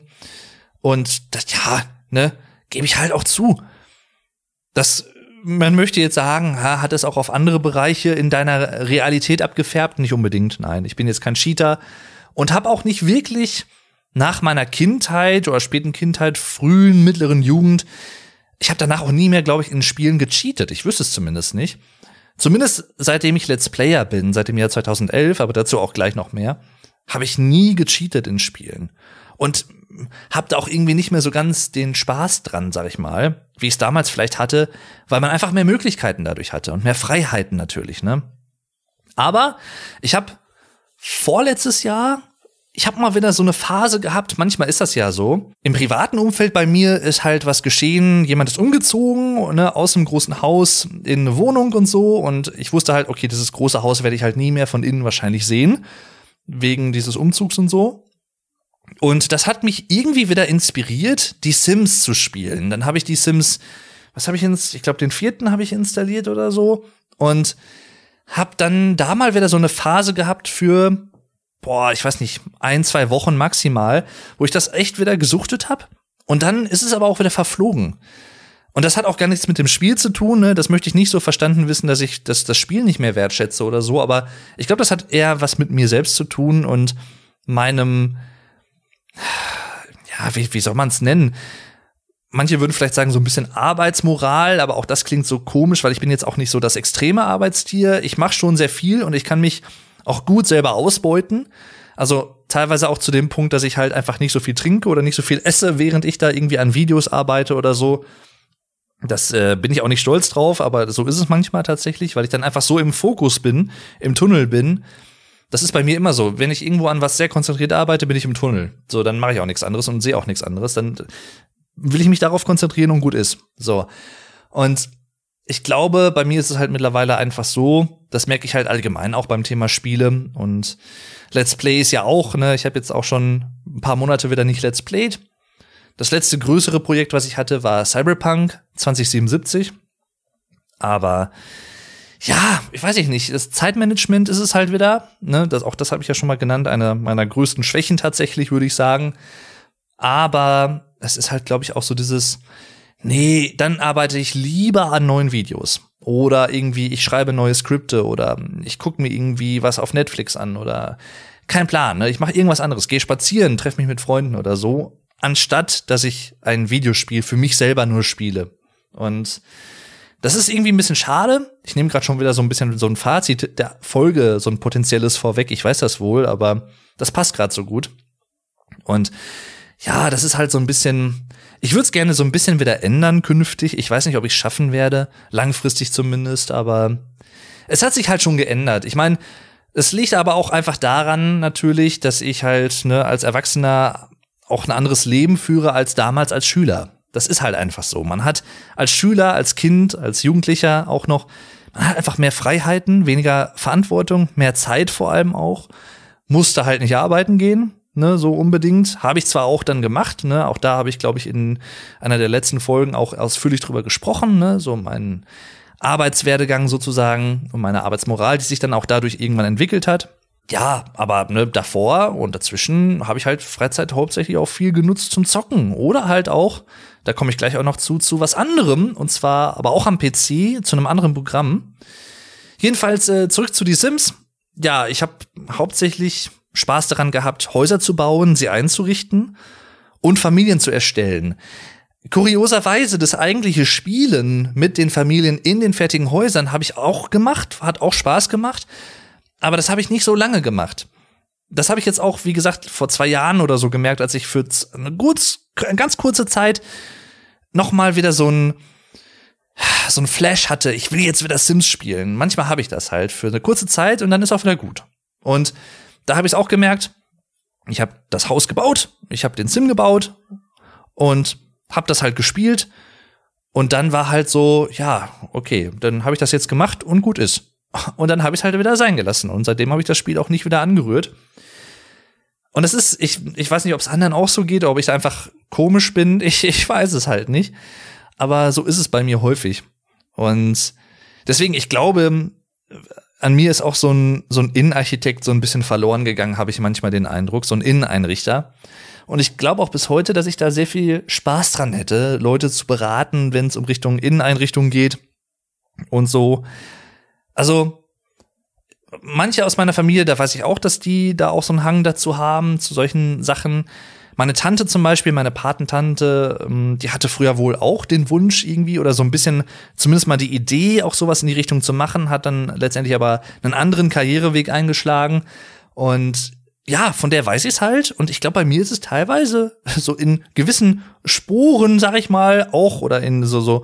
und das, ja, ne, gebe ich halt auch zu. Das Man möchte jetzt sagen, ha, hat es auch auf andere Bereiche in deiner Realität abgefärbt? Nicht unbedingt, nein. Ich bin jetzt kein Cheater und habe auch nicht wirklich nach meiner Kindheit oder späten Kindheit, frühen, mittleren Jugend, ich habe danach auch nie mehr, glaube ich, in Spielen gecheatet. Ich wüsste es zumindest nicht. Zumindest seitdem ich Let's Player bin, seit dem Jahr zweitausendelf, aber dazu auch gleich noch mehr, habe ich nie gecheatet in Spielen. Und hab da auch irgendwie nicht mehr so ganz den Spaß dran, sag ich mal, wie ich es damals vielleicht hatte, weil man einfach mehr Möglichkeiten dadurch hatte und mehr Freiheiten natürlich, ne? Aber ich habe vorletztes Jahr, ich habe mal wieder so eine Phase gehabt, manchmal ist das ja so, im privaten Umfeld bei mir ist halt was geschehen, jemand ist umgezogen, ne, aus einem großen Haus in eine Wohnung und so, und ich wusste halt, okay, dieses große Haus werde ich halt nie mehr von innen wahrscheinlich sehen, wegen dieses Umzugs und so. Und das hat mich irgendwie wieder inspiriert, die Sims zu spielen. Dann habe ich die Sims, was habe ich ins, ich glaube den vierten habe ich installiert oder so, und habe dann da mal wieder so eine Phase gehabt für, boah, ich weiß nicht, ein, zwei Wochen maximal, wo ich das echt wieder gesuchtet habe. Und dann ist es aber auch wieder verflogen. Und das hat auch gar nichts mit dem Spiel zu tun, ne? Das möchte ich nicht so verstanden wissen, dass ich das, das Spiel nicht mehr wertschätze oder so. Aber ich glaube, das hat eher was mit mir selbst zu tun und meinem, ja, wie, wie soll man es nennen? Manche würden vielleicht sagen, so ein bisschen Arbeitsmoral, aber auch das klingt so komisch, weil ich bin jetzt auch nicht so das extreme Arbeitstier. Ich mache schon sehr viel und ich kann mich auch gut selber ausbeuten. Also teilweise auch zu dem Punkt, dass ich halt einfach nicht so viel trinke oder nicht so viel esse, während ich da irgendwie an Videos arbeite oder so. Das äh, bin ich auch nicht stolz drauf, aber so ist es manchmal tatsächlich, weil ich dann einfach so im Fokus bin, im Tunnel bin. Das ist bei mir immer so. Wenn ich irgendwo an was sehr konzentriert arbeite, bin ich im Tunnel. So, dann mache ich auch nichts anderes und sehe auch nichts anderes. Dann will ich mich darauf konzentrieren und gut ist. So. Und ich glaube, bei mir ist es halt mittlerweile einfach so, das merke ich halt allgemein auch beim Thema Spiele und Let's Play ist ja auch, ne, ich habe jetzt auch schon ein paar Monate wieder nicht Let's Played. Das letzte größere Projekt, was ich hatte, war Cyberpunk zwanzig siebenundsiebzig. Aber ja, ich weiß nicht, das Zeitmanagement ist es halt wieder, ne, das, auch das habe ich ja schon mal genannt, eine meiner größten Schwächen tatsächlich, würde ich sagen. Aber es ist halt, glaube ich, auch so dieses, nee, dann arbeite ich lieber an neuen Videos. Oder irgendwie, ich schreibe neue Skripte oder ich gucke mir irgendwie was auf Netflix an oder kein Plan, ne? Ich mache irgendwas anderes, gehe spazieren, treffe mich mit Freunden oder so, anstatt dass ich ein Videospiel für mich selber nur spiele. Und das ist irgendwie ein bisschen schade. Ich nehme gerade schon wieder so ein bisschen so ein Fazit der Folge, so ein potenzielles vorweg. Ich weiß das wohl, aber das passt gerade so gut. Und ja, das ist halt so ein bisschen, ich würde es gerne so ein bisschen wieder ändern künftig. Ich weiß nicht, ob ich es schaffen werde, langfristig zumindest, aber es hat sich halt schon geändert. Ich meine, es liegt aber auch einfach daran natürlich, dass ich halt ne, als Erwachsener auch ein anderes Leben führe als damals als Schüler. Das ist halt einfach so. Man hat als Schüler, als Kind, als Jugendlicher auch noch, man hat einfach mehr Freiheiten, weniger Verantwortung, mehr Zeit vor allem auch. Musste halt nicht arbeiten gehen. Ne, so unbedingt. Habe ich zwar auch dann gemacht, ne, auch da habe ich, glaube ich, in einer der letzten Folgen auch ausführlich drüber gesprochen, ne, so meinen Arbeitswerdegang sozusagen und meine Arbeitsmoral, die sich dann auch dadurch irgendwann entwickelt hat. Ja, aber ne, davor und dazwischen habe ich halt Freizeit hauptsächlich auch viel genutzt zum Zocken oder halt auch, da komme ich gleich auch noch zu, zu was anderem, und zwar aber auch am P C, zu einem anderen Programm. Jedenfalls äh, zurück zu die Sims. Ja, ich habe hauptsächlich Spaß daran gehabt, Häuser zu bauen, sie einzurichten und Familien zu erstellen. Kurioserweise, das eigentliche Spielen mit den Familien in den fertigen Häusern habe ich auch gemacht, hat auch Spaß gemacht, aber das habe ich nicht so lange gemacht. das habe ich jetzt auch, wie gesagt, vor zwei Jahren oder so gemerkt, als ich für eine kurz, ganz kurze Zeit noch mal wieder so ein so ein Flash hatte, ich will jetzt wieder Sims spielen. Manchmal habe ich das halt für eine kurze Zeit und dann ist auch wieder gut. Und da habe ich es auch gemerkt, ich habe das Haus gebaut, ich habe den Sim gebaut und habe das halt gespielt. Und dann war halt so, ja, okay, dann habe ich das jetzt gemacht und gut ist. Und dann habe ich es halt wieder sein gelassen. Und seitdem habe ich das Spiel auch nicht wieder angerührt. Und es ist, ich, ich weiß nicht, ob es anderen auch so geht, oder ob ich einfach komisch bin. Ich, ich weiß es halt nicht. Aber so ist es bei mir häufig. Und deswegen, ich glaube, an mir ist auch so ein, so ein Innenarchitekt so ein bisschen verloren gegangen, habe ich manchmal den Eindruck. So ein Inneneinrichter. Und ich glaube auch bis heute, dass ich da sehr viel Spaß dran hätte, Leute zu beraten, wenn es um Richtung Inneneinrichtung geht und so. Also manche aus meiner Familie, da weiß ich auch, dass die da auch so einen Hang dazu haben, zu solchen Sachen. Meine Tante zum Beispiel, meine Patentante, die hatte früher wohl auch den Wunsch irgendwie oder so ein bisschen, zumindest mal die Idee, auch sowas in die Richtung zu machen, hat dann letztendlich aber einen anderen Karriereweg eingeschlagen. Und ja, von der weiß ich es halt. Und ich glaube, bei mir ist es teilweise so in gewissen Sporen, sag ich mal, auch oder in so, so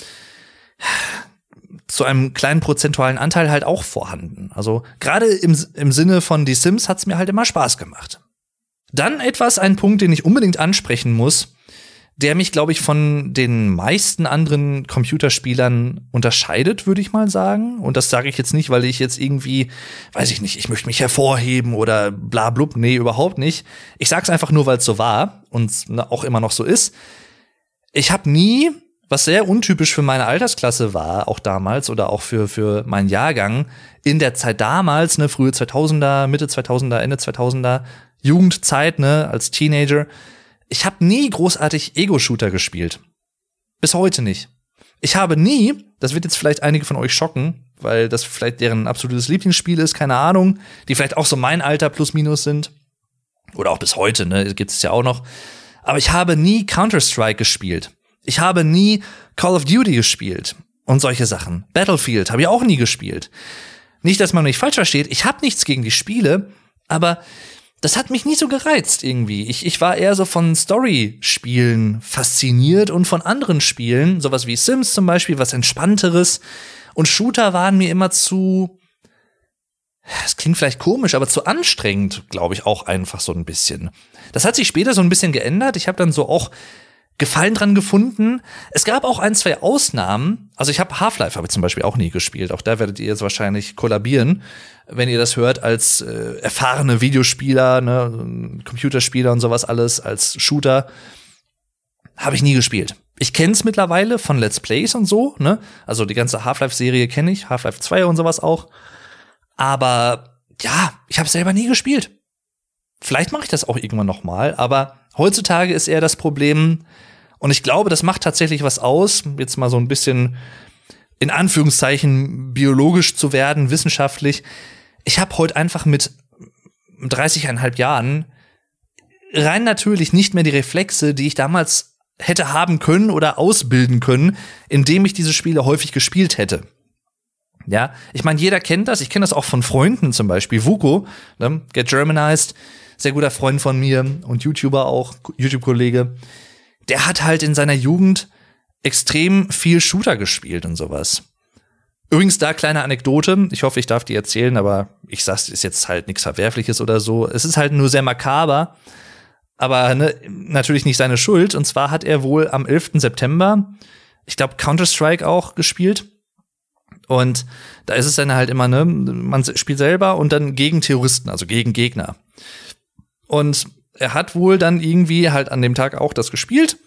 zu einem kleinen prozentualen Anteil halt auch vorhanden. Also gerade im, im Sinne von Die Sims hat's mir halt immer Spaß gemacht. Dann etwas, ein Punkt, den ich unbedingt ansprechen muss, der mich, glaube ich, von den meisten anderen Computerspielern unterscheidet, würde ich mal sagen. Und das sage ich jetzt nicht, weil ich jetzt irgendwie, weiß ich nicht, ich möchte mich hervorheben oder bla blub. Nee, überhaupt nicht. Ich sag's einfach nur, weil es so war und auch immer noch so ist. Ich habe nie, was sehr untypisch für meine Altersklasse war, auch damals oder auch für für meinen Jahrgang, in der Zeit damals, ne, frühe zweitausender, Mitte zweitausender, Ende zweitausender, Jugendzeit, ne, als Teenager. Ich habe nie großartig Ego-Shooter gespielt. Bis heute nicht. Ich habe nie, das wird jetzt vielleicht einige von euch schocken, weil das vielleicht deren absolutes Lieblingsspiel ist, keine Ahnung, die vielleicht auch so mein Alter plus minus sind. Oder auch bis heute, ne, gibt es ja auch noch. Aber ich habe nie Counter-Strike gespielt. Ich habe nie Call of Duty gespielt und solche Sachen. Battlefield habe ich auch nie gespielt. Nicht, dass man mich falsch versteht, ich habe nichts gegen die Spiele, aber das hat mich nie so gereizt irgendwie. Ich, ich war eher so von Story-Spielen fasziniert und von anderen Spielen, sowas wie Sims zum Beispiel, was Entspannteres. Und Shooter waren mir immer zu, es klingt vielleicht komisch, aber zu anstrengend, glaube ich, auch einfach so ein bisschen. Das hat sich später so ein bisschen geändert. Ich habe dann so auch Gefallen dran gefunden. Es gab auch ein, zwei Ausnahmen. Also ich habe Half-Life habe ich zum Beispiel auch nie gespielt. Auch da werdet ihr jetzt wahrscheinlich kollabieren, wenn ihr das hört, als äh, erfahrene Videospieler, ne, Computerspieler und sowas alles, als Shooter. Habe ich nie gespielt. Ich kenn's mittlerweile von Let's Plays und so, ne? Also die ganze Half-Life-Serie kenne ich, Half-Life zwei und sowas auch. Aber ja, ich habe selber nie gespielt. Vielleicht mache ich das auch irgendwann noch mal, aber heutzutage ist eher das Problem, und ich glaube, das macht tatsächlich was aus, jetzt mal so ein bisschen in Anführungszeichen biologisch zu werden, wissenschaftlich. Ich habe heute einfach mit dreißig Komma fünf Jahren rein natürlich nicht mehr die Reflexe, die ich damals hätte haben können oder ausbilden können, indem ich diese Spiele häufig gespielt hätte. Ja, ich meine, jeder kennt das. Ich kenne das auch von Freunden zum Beispiel. Vuko, ne? Get Germanized, sehr guter Freund von mir und YouTuber auch, YouTube-Kollege. Der hat halt in seiner Jugend extrem viel Shooter gespielt und sowas. Übrigens, da kleine Anekdote. Ich hoffe, ich darf die erzählen, aber ich sag's, ist jetzt halt nichts Verwerfliches oder so. Es ist halt nur sehr makaber, aber ne, natürlich nicht seine Schuld. Und zwar hat er wohl am elften September, ich glaube, Counter-Strike auch gespielt. Und da ist es dann halt immer, ne, man spielt selber und dann gegen Terroristen, also gegen Gegner. Und er hat wohl dann irgendwie halt an dem Tag auch das gespielt.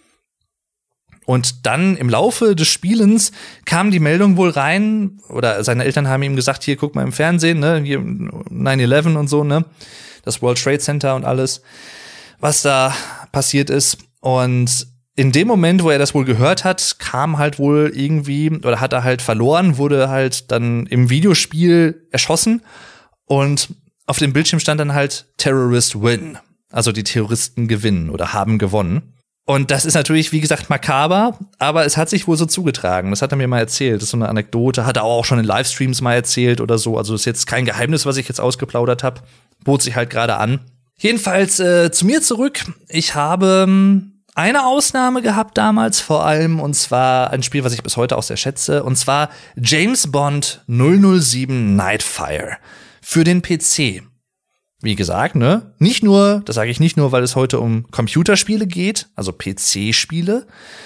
Und dann im Laufe des Spielens kam die Meldung wohl rein, oder seine Eltern haben ihm gesagt, hier, guck mal im Fernsehen, ne, hier nine eleven und so, ne, das World Trade Center und alles, was da passiert ist. Und in dem Moment, wo er das wohl gehört hat, kam halt wohl irgendwie, oder hat er halt verloren, wurde halt dann im Videospiel erschossen und auf dem Bildschirm stand dann halt Terrorist Win. Also die Terroristen gewinnen oder haben gewonnen. Und das ist natürlich, wie gesagt, makaber, aber es hat sich wohl so zugetragen. Das hat er mir mal erzählt. Das ist so eine Anekdote. Hat er auch schon in Livestreams mal erzählt oder so. Also das ist jetzt kein Geheimnis, was ich jetzt ausgeplaudert habe. Bot sich halt gerade an. Jedenfalls äh, zu mir zurück. Ich habe ähm, eine Ausnahme gehabt damals vor allem. Und zwar ein Spiel, was ich bis heute auch sehr schätze. Und zwar James Bond null null sieben Nightfire für den P C. Wie gesagt, ne, nicht nur, das sage ich nicht nur, weil es heute um Computerspiele geht, also P C-Spiele,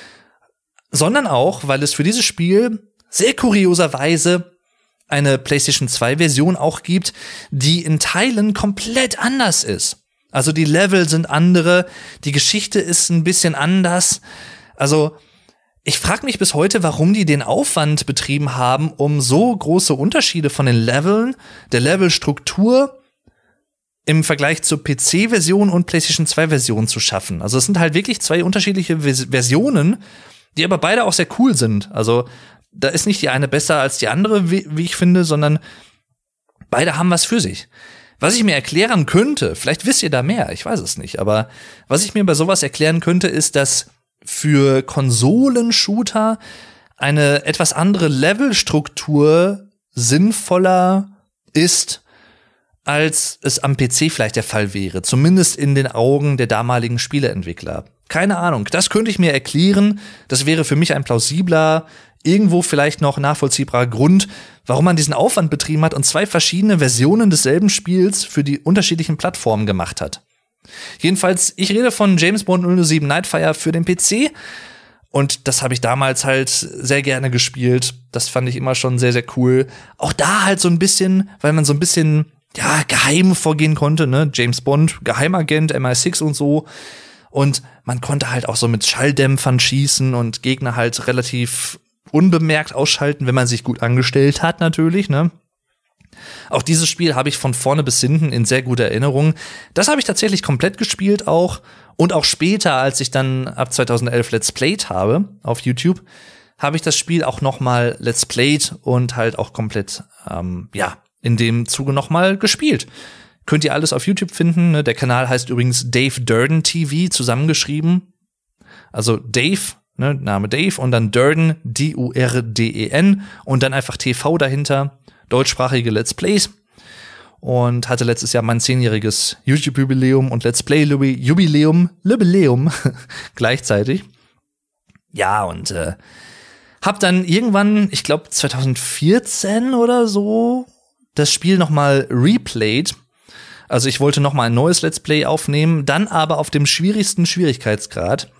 sondern auch, weil es für dieses Spiel sehr kurioserweise eine PlayStation zwei Version auch gibt, die in Teilen komplett anders ist. Also die Level sind andere, die Geschichte ist ein bisschen anders. Also ich frage mich bis heute, warum die den Aufwand betrieben haben, um so große Unterschiede von den Leveln, der Levelstruktur im Vergleich zur P C-Version und PlayStation zwei Version zu schaffen. Also es sind halt wirklich zwei unterschiedliche Vers- Versionen, die aber beide auch sehr cool sind. Also da ist nicht die eine besser als die andere, wie, wie ich finde, sondern beide haben was für sich. Was ich mir erklären könnte, vielleicht wisst ihr da mehr, ich weiß es nicht, aber was ich mir bei sowas erklären könnte, ist, dass für Konsolenshooter eine etwas andere Levelstruktur sinnvoller ist, als es am P C vielleicht der Fall wäre. Zumindest in den Augen der damaligen Spieleentwickler. Keine Ahnung. Das könnte ich mir erklären. Das wäre für mich ein plausibler, irgendwo vielleicht noch nachvollziehbarer Grund, warum man diesen Aufwand betrieben hat und zwei verschiedene Versionen desselben Spiels für die unterschiedlichen Plattformen gemacht hat. Jedenfalls, ich rede von James Bond null null sieben Nightfire für den P C. Und das habe ich damals halt sehr gerne gespielt. Das fand ich immer schon sehr, sehr cool. Auch da halt so ein bisschen, weil man so ein bisschen ja, geheim vorgehen konnte, ne? James Bond, Geheimagent, M I sechs und so. Und man konnte halt auch so mit Schalldämpfern schießen und Gegner halt relativ unbemerkt ausschalten, wenn man sich gut angestellt hat, natürlich, ne? Auch dieses Spiel habe ich von vorne bis hinten in sehr guter Erinnerung. Das habe ich tatsächlich komplett gespielt auch. Und auch später, als ich dann ab zweitausendelf Let's Played habe auf YouTube, habe ich das Spiel auch noch mal Let's Played und halt auch komplett, ähm, ja, in dem Zuge noch mal gespielt. Könnt ihr alles auf YouTube finden. Ne? Der Kanal heißt übrigens Dave Durden T V, zusammengeschrieben. Also Dave, ne, Name Dave, und dann Durden, D U R D E N, und dann einfach T V dahinter, deutschsprachige Let's Plays. Und hatte letztes Jahr mein zehnjähriges YouTube-Jubiläum und Let's Play-Jubiläum, Jubiläum gleichzeitig. Ja, und äh, hab dann irgendwann, ich glaube zweitausendvierzehn oder so, das Spiel noch mal replayed. Also ich wollte noch mal ein neues Let's Play aufnehmen, dann aber auf dem schwierigsten Schwierigkeitsgrad.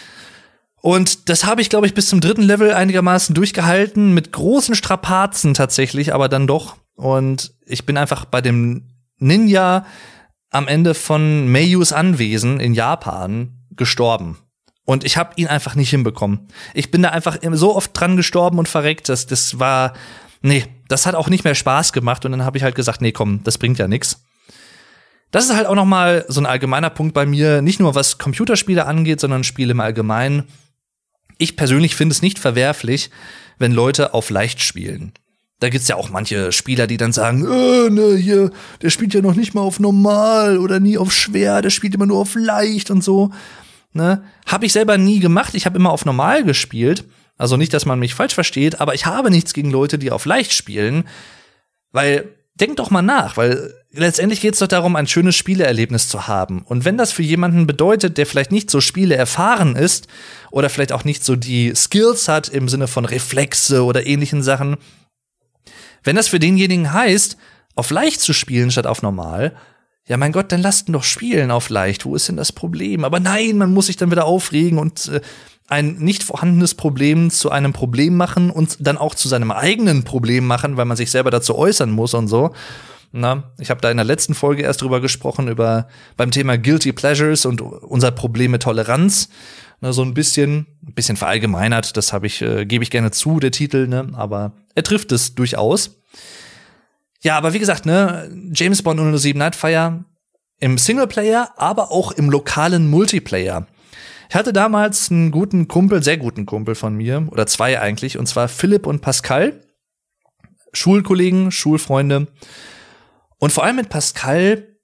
Und das habe ich, glaube ich, bis zum dritten Level einigermaßen durchgehalten, mit großen Strapazen tatsächlich, aber dann doch. Und ich bin einfach bei dem Ninja am Ende von Meiyus Anwesen in Japan gestorben. Und ich habe ihn einfach nicht hinbekommen. Ich bin da einfach so oft dran gestorben und verreckt, dass das war, nee, das hat auch nicht mehr Spaß gemacht. Und dann habe ich halt gesagt, nee, komm, das bringt ja nix. Das ist halt auch noch mal so ein allgemeiner Punkt bei mir, nicht nur was Computerspiele angeht, sondern Spiele im Allgemeinen. Ich persönlich finde es nicht verwerflich, wenn Leute auf leicht spielen. Da gibt's ja auch manche Spieler, die dann sagen, äh, ne, hier, der spielt ja noch nicht mal auf normal oder nie auf schwer, der spielt immer nur auf leicht und so. Ne? Habe ich selber nie gemacht, ich habe immer auf normal gespielt. Also nicht, dass man mich falsch versteht, aber ich habe nichts gegen Leute, die auf leicht spielen. Weil, denkt doch mal nach, weil letztendlich geht's doch darum, ein schönes Spieleerlebnis zu haben. Und wenn das für jemanden bedeutet, der vielleicht nicht so Spiele erfahren ist oder vielleicht auch nicht so die Skills hat im Sinne von Reflexe oder ähnlichen Sachen, wenn das für denjenigen heißt, auf leicht zu spielen statt auf normal, ja mein Gott, dann lasst ihn doch spielen auf leicht. Wo ist denn das Problem? Aber nein, man muss sich dann wieder aufregen und äh, ein nicht vorhandenes Problem zu einem Problem machen und dann auch zu seinem eigenen Problem machen, weil man sich selber dazu äußern muss und so. Na, ich habe da in der letzten Folge erst drüber gesprochen, über beim Thema Guilty Pleasures und unser Problem mit Toleranz. Na, so ein bisschen, ein bisschen verallgemeinert, das habe ich, äh, gebe ich gerne zu, der Titel, ne, aber er trifft es durchaus. Ja, aber wie gesagt, ne, James Bond null null sieben Nightfire im Singleplayer, aber auch im lokalen Multiplayer. Ich hatte damals einen guten Kumpel, sehr guten Kumpel von mir, oder zwei eigentlich, und zwar Philipp und Pascal. Schulkollegen, Schulfreunde. Und vor allem mit Pascal,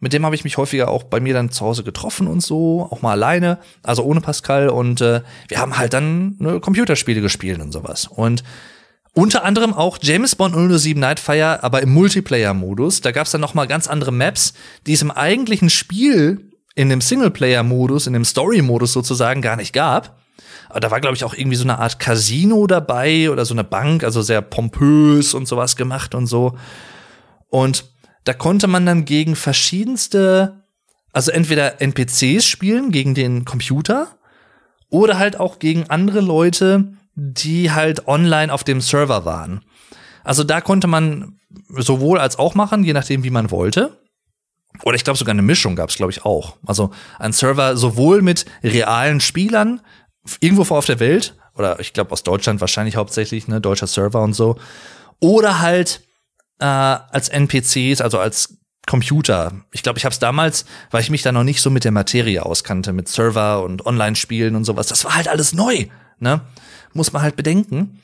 Mit dem habe ich mich häufiger auch bei mir dann zu Hause getroffen und so, auch mal alleine, also ohne Pascal. Und äh, wir haben halt dann ne, Computerspiele gespielt und sowas. Und unter anderem auch James Bond null null sieben Nightfire, aber im Multiplayer-Modus. Da gab's dann noch mal ganz andere Maps, die es im eigentlichen Spiel in dem Singleplayer-Modus, in dem Story-Modus sozusagen gar nicht gab. Aber da war, glaube ich, auch irgendwie so eine Art Casino dabei oder so eine Bank, also sehr pompös und sowas gemacht und so. Und da konnte man dann gegen verschiedenste, also entweder N P Cs spielen, gegen den Computer, oder halt auch gegen andere Leute, die halt online auf dem Server waren. Also da konnte man sowohl als auch machen, je nachdem, wie man wollte. Oder ich glaube sogar eine Mischung gab es, glaube ich, auch. Also ein Server sowohl mit realen Spielern, irgendwo vor auf der Welt, oder ich glaube aus Deutschland wahrscheinlich hauptsächlich, ne, deutscher Server und so, oder halt äh, als N P Cs, also als Computer. Ich glaube, ich habe es damals, weil ich mich da noch nicht so mit der Materie auskannte, mit Server und Online-Spielen und sowas, das war halt alles neu, ne? Muss man halt bedenken.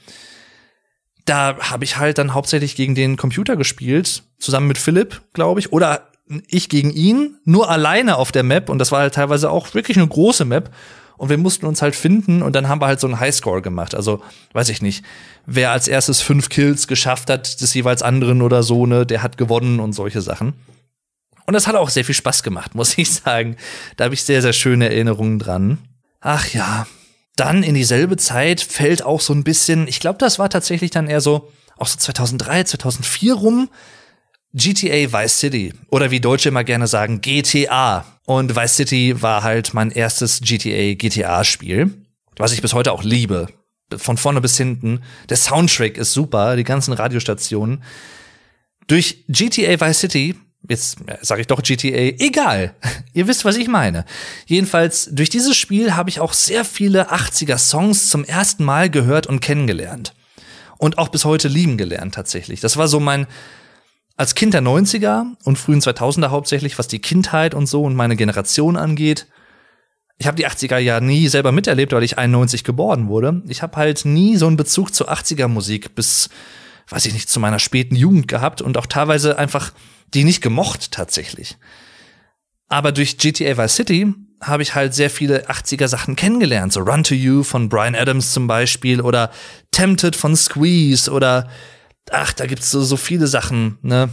Da habe ich halt dann hauptsächlich gegen den Computer gespielt, zusammen mit Philipp, glaube ich, oder ich gegen ihn, nur alleine auf der Map. Und das war halt teilweise auch wirklich eine große Map. Und wir mussten uns halt finden und dann haben wir halt so einen Highscore gemacht. Also, weiß ich nicht, wer als erstes fünf Kills geschafft hat, des jeweils anderen oder so, ne, der hat gewonnen und solche Sachen. Und das hat auch sehr viel Spaß gemacht, muss ich sagen. Da habe ich sehr, sehr schöne Erinnerungen dran. Ach ja. Dann in dieselbe Zeit fällt auch so ein bisschen, ich glaube, das war tatsächlich dann eher so, auch so zweitausenddrei, zweitausendvier rum, G T A Vice City. Oder wie Deutsche immer gerne sagen, G T A. Und Vice City war halt mein erstes G T A G T A-Spiel, was ich bis heute auch liebe. Von vorne bis hinten. Der Soundtrack ist super, die ganzen Radiostationen. Durch G T A Vice City, jetzt sage ich doch G T A, egal. Ihr wisst, was ich meine. Jedenfalls, durch dieses Spiel habe ich auch sehr viele achtziger-Songs zum ersten Mal gehört und kennengelernt. Und auch bis heute lieben gelernt, tatsächlich. Das war so mein, als Kind der neunziger und frühen zweitausender hauptsächlich, was die Kindheit und so und meine Generation angeht. Ich habe die achtziger ja nie selber miterlebt, weil ich einundneunzig geboren wurde. Ich habe halt nie so einen Bezug zur achtziger-Musik bis, weiß ich nicht, zu meiner späten Jugend gehabt und auch teilweise einfach die nicht gemocht tatsächlich. Aber durch G T A Vice City habe ich halt sehr viele achtziger-Sachen kennengelernt. So Run to You von Bryan Adams zum Beispiel oder Tempted von Squeeze oder ach, da gibt's so, so viele Sachen, ne?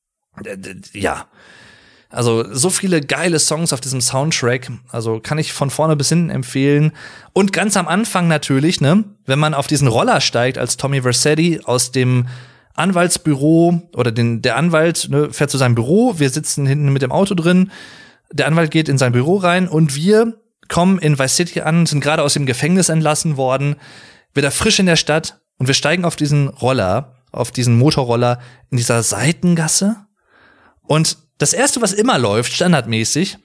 Ja. Also so viele geile Songs auf diesem Soundtrack. Also kann ich von vorne bis hinten empfehlen. Und ganz am Anfang natürlich, ne? Wenn man auf diesen Roller steigt als Tommy Vercetti aus dem Anwaltsbüro oder den, der Anwalt ne, fährt zu seinem Büro. Wir sitzen hinten mit dem Auto drin. Der Anwalt geht in sein Büro rein und wir kommen in Vice City an, sind gerade aus dem Gefängnis entlassen worden, wieder frisch in der Stadt und wir steigen auf diesen Roller, auf diesen Motorroller in dieser Seitengasse. Und das erste, was immer läuft, standardmäßig,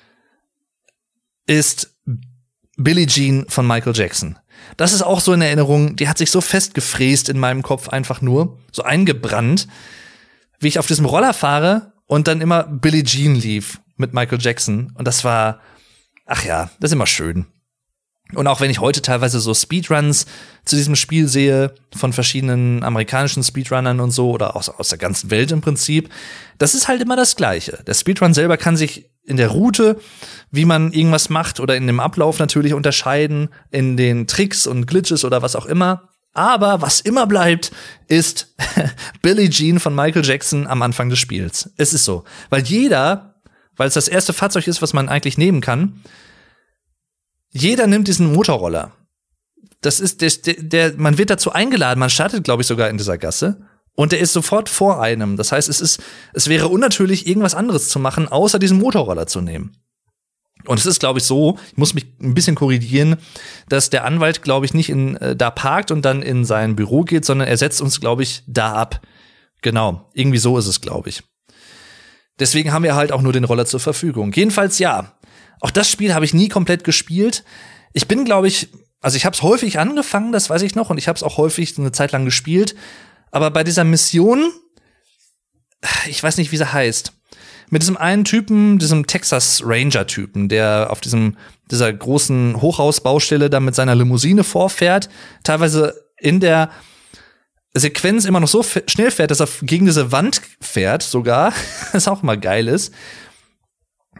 ist Billie Jean von Michael Jackson. Das ist auch so eine Erinnerung, die hat sich so festgefräst in meinem Kopf einfach nur, so eingebrannt, wie ich auf diesem Roller fahre und dann immer Billie Jean lief mit Michael Jackson. Und das war, ach ja, das ist immer schön. Und auch wenn ich heute teilweise so Speedruns zu diesem Spiel sehe, von verschiedenen amerikanischen Speedrunnern und so, oder aus, aus der ganzen Welt im Prinzip, das ist halt immer das Gleiche. Der Speedrun selber kann sich in der Route, wie man irgendwas macht, oder in dem Ablauf natürlich unterscheiden, in den Tricks und Glitches oder was auch immer. Aber was immer bleibt, ist Billie Jean von Michael Jackson am Anfang des Spiels. Es ist so. Weil jeder, weil es das erste Fahrzeug ist, was man eigentlich nehmen kann, jeder nimmt diesen Motorroller. Das ist der, der, man wird dazu eingeladen, man startet, glaube ich, sogar in dieser Gasse. Und der ist sofort vor einem. Das heißt, es ist, es wäre unnatürlich, irgendwas anderes zu machen, außer diesen Motorroller zu nehmen. Und es ist, glaube ich, so, ich muss mich ein bisschen korrigieren, dass der Anwalt, glaube ich, nicht in, äh, da parkt und dann in sein Büro geht, sondern er setzt uns, glaube ich, da ab. Genau, irgendwie so ist es, glaube ich. Deswegen haben wir halt auch nur den Roller zur Verfügung. Jedenfalls, ja, auch das Spiel habe ich nie komplett gespielt. Ich bin, glaube ich, also ich habe es häufig angefangen, das weiß ich noch, und ich habe es auch häufig eine Zeit lang gespielt. Aber bei dieser Mission, ich weiß nicht, wie sie heißt, mit diesem einen Typen, diesem Texas Ranger-Typen, der auf diesem dieser großen Hochhausbaustelle da mit seiner Limousine vorfährt, teilweise in der Sequenz immer noch so f- schnell fährt, dass er gegen diese Wand fährt sogar, was auch mal geil ist.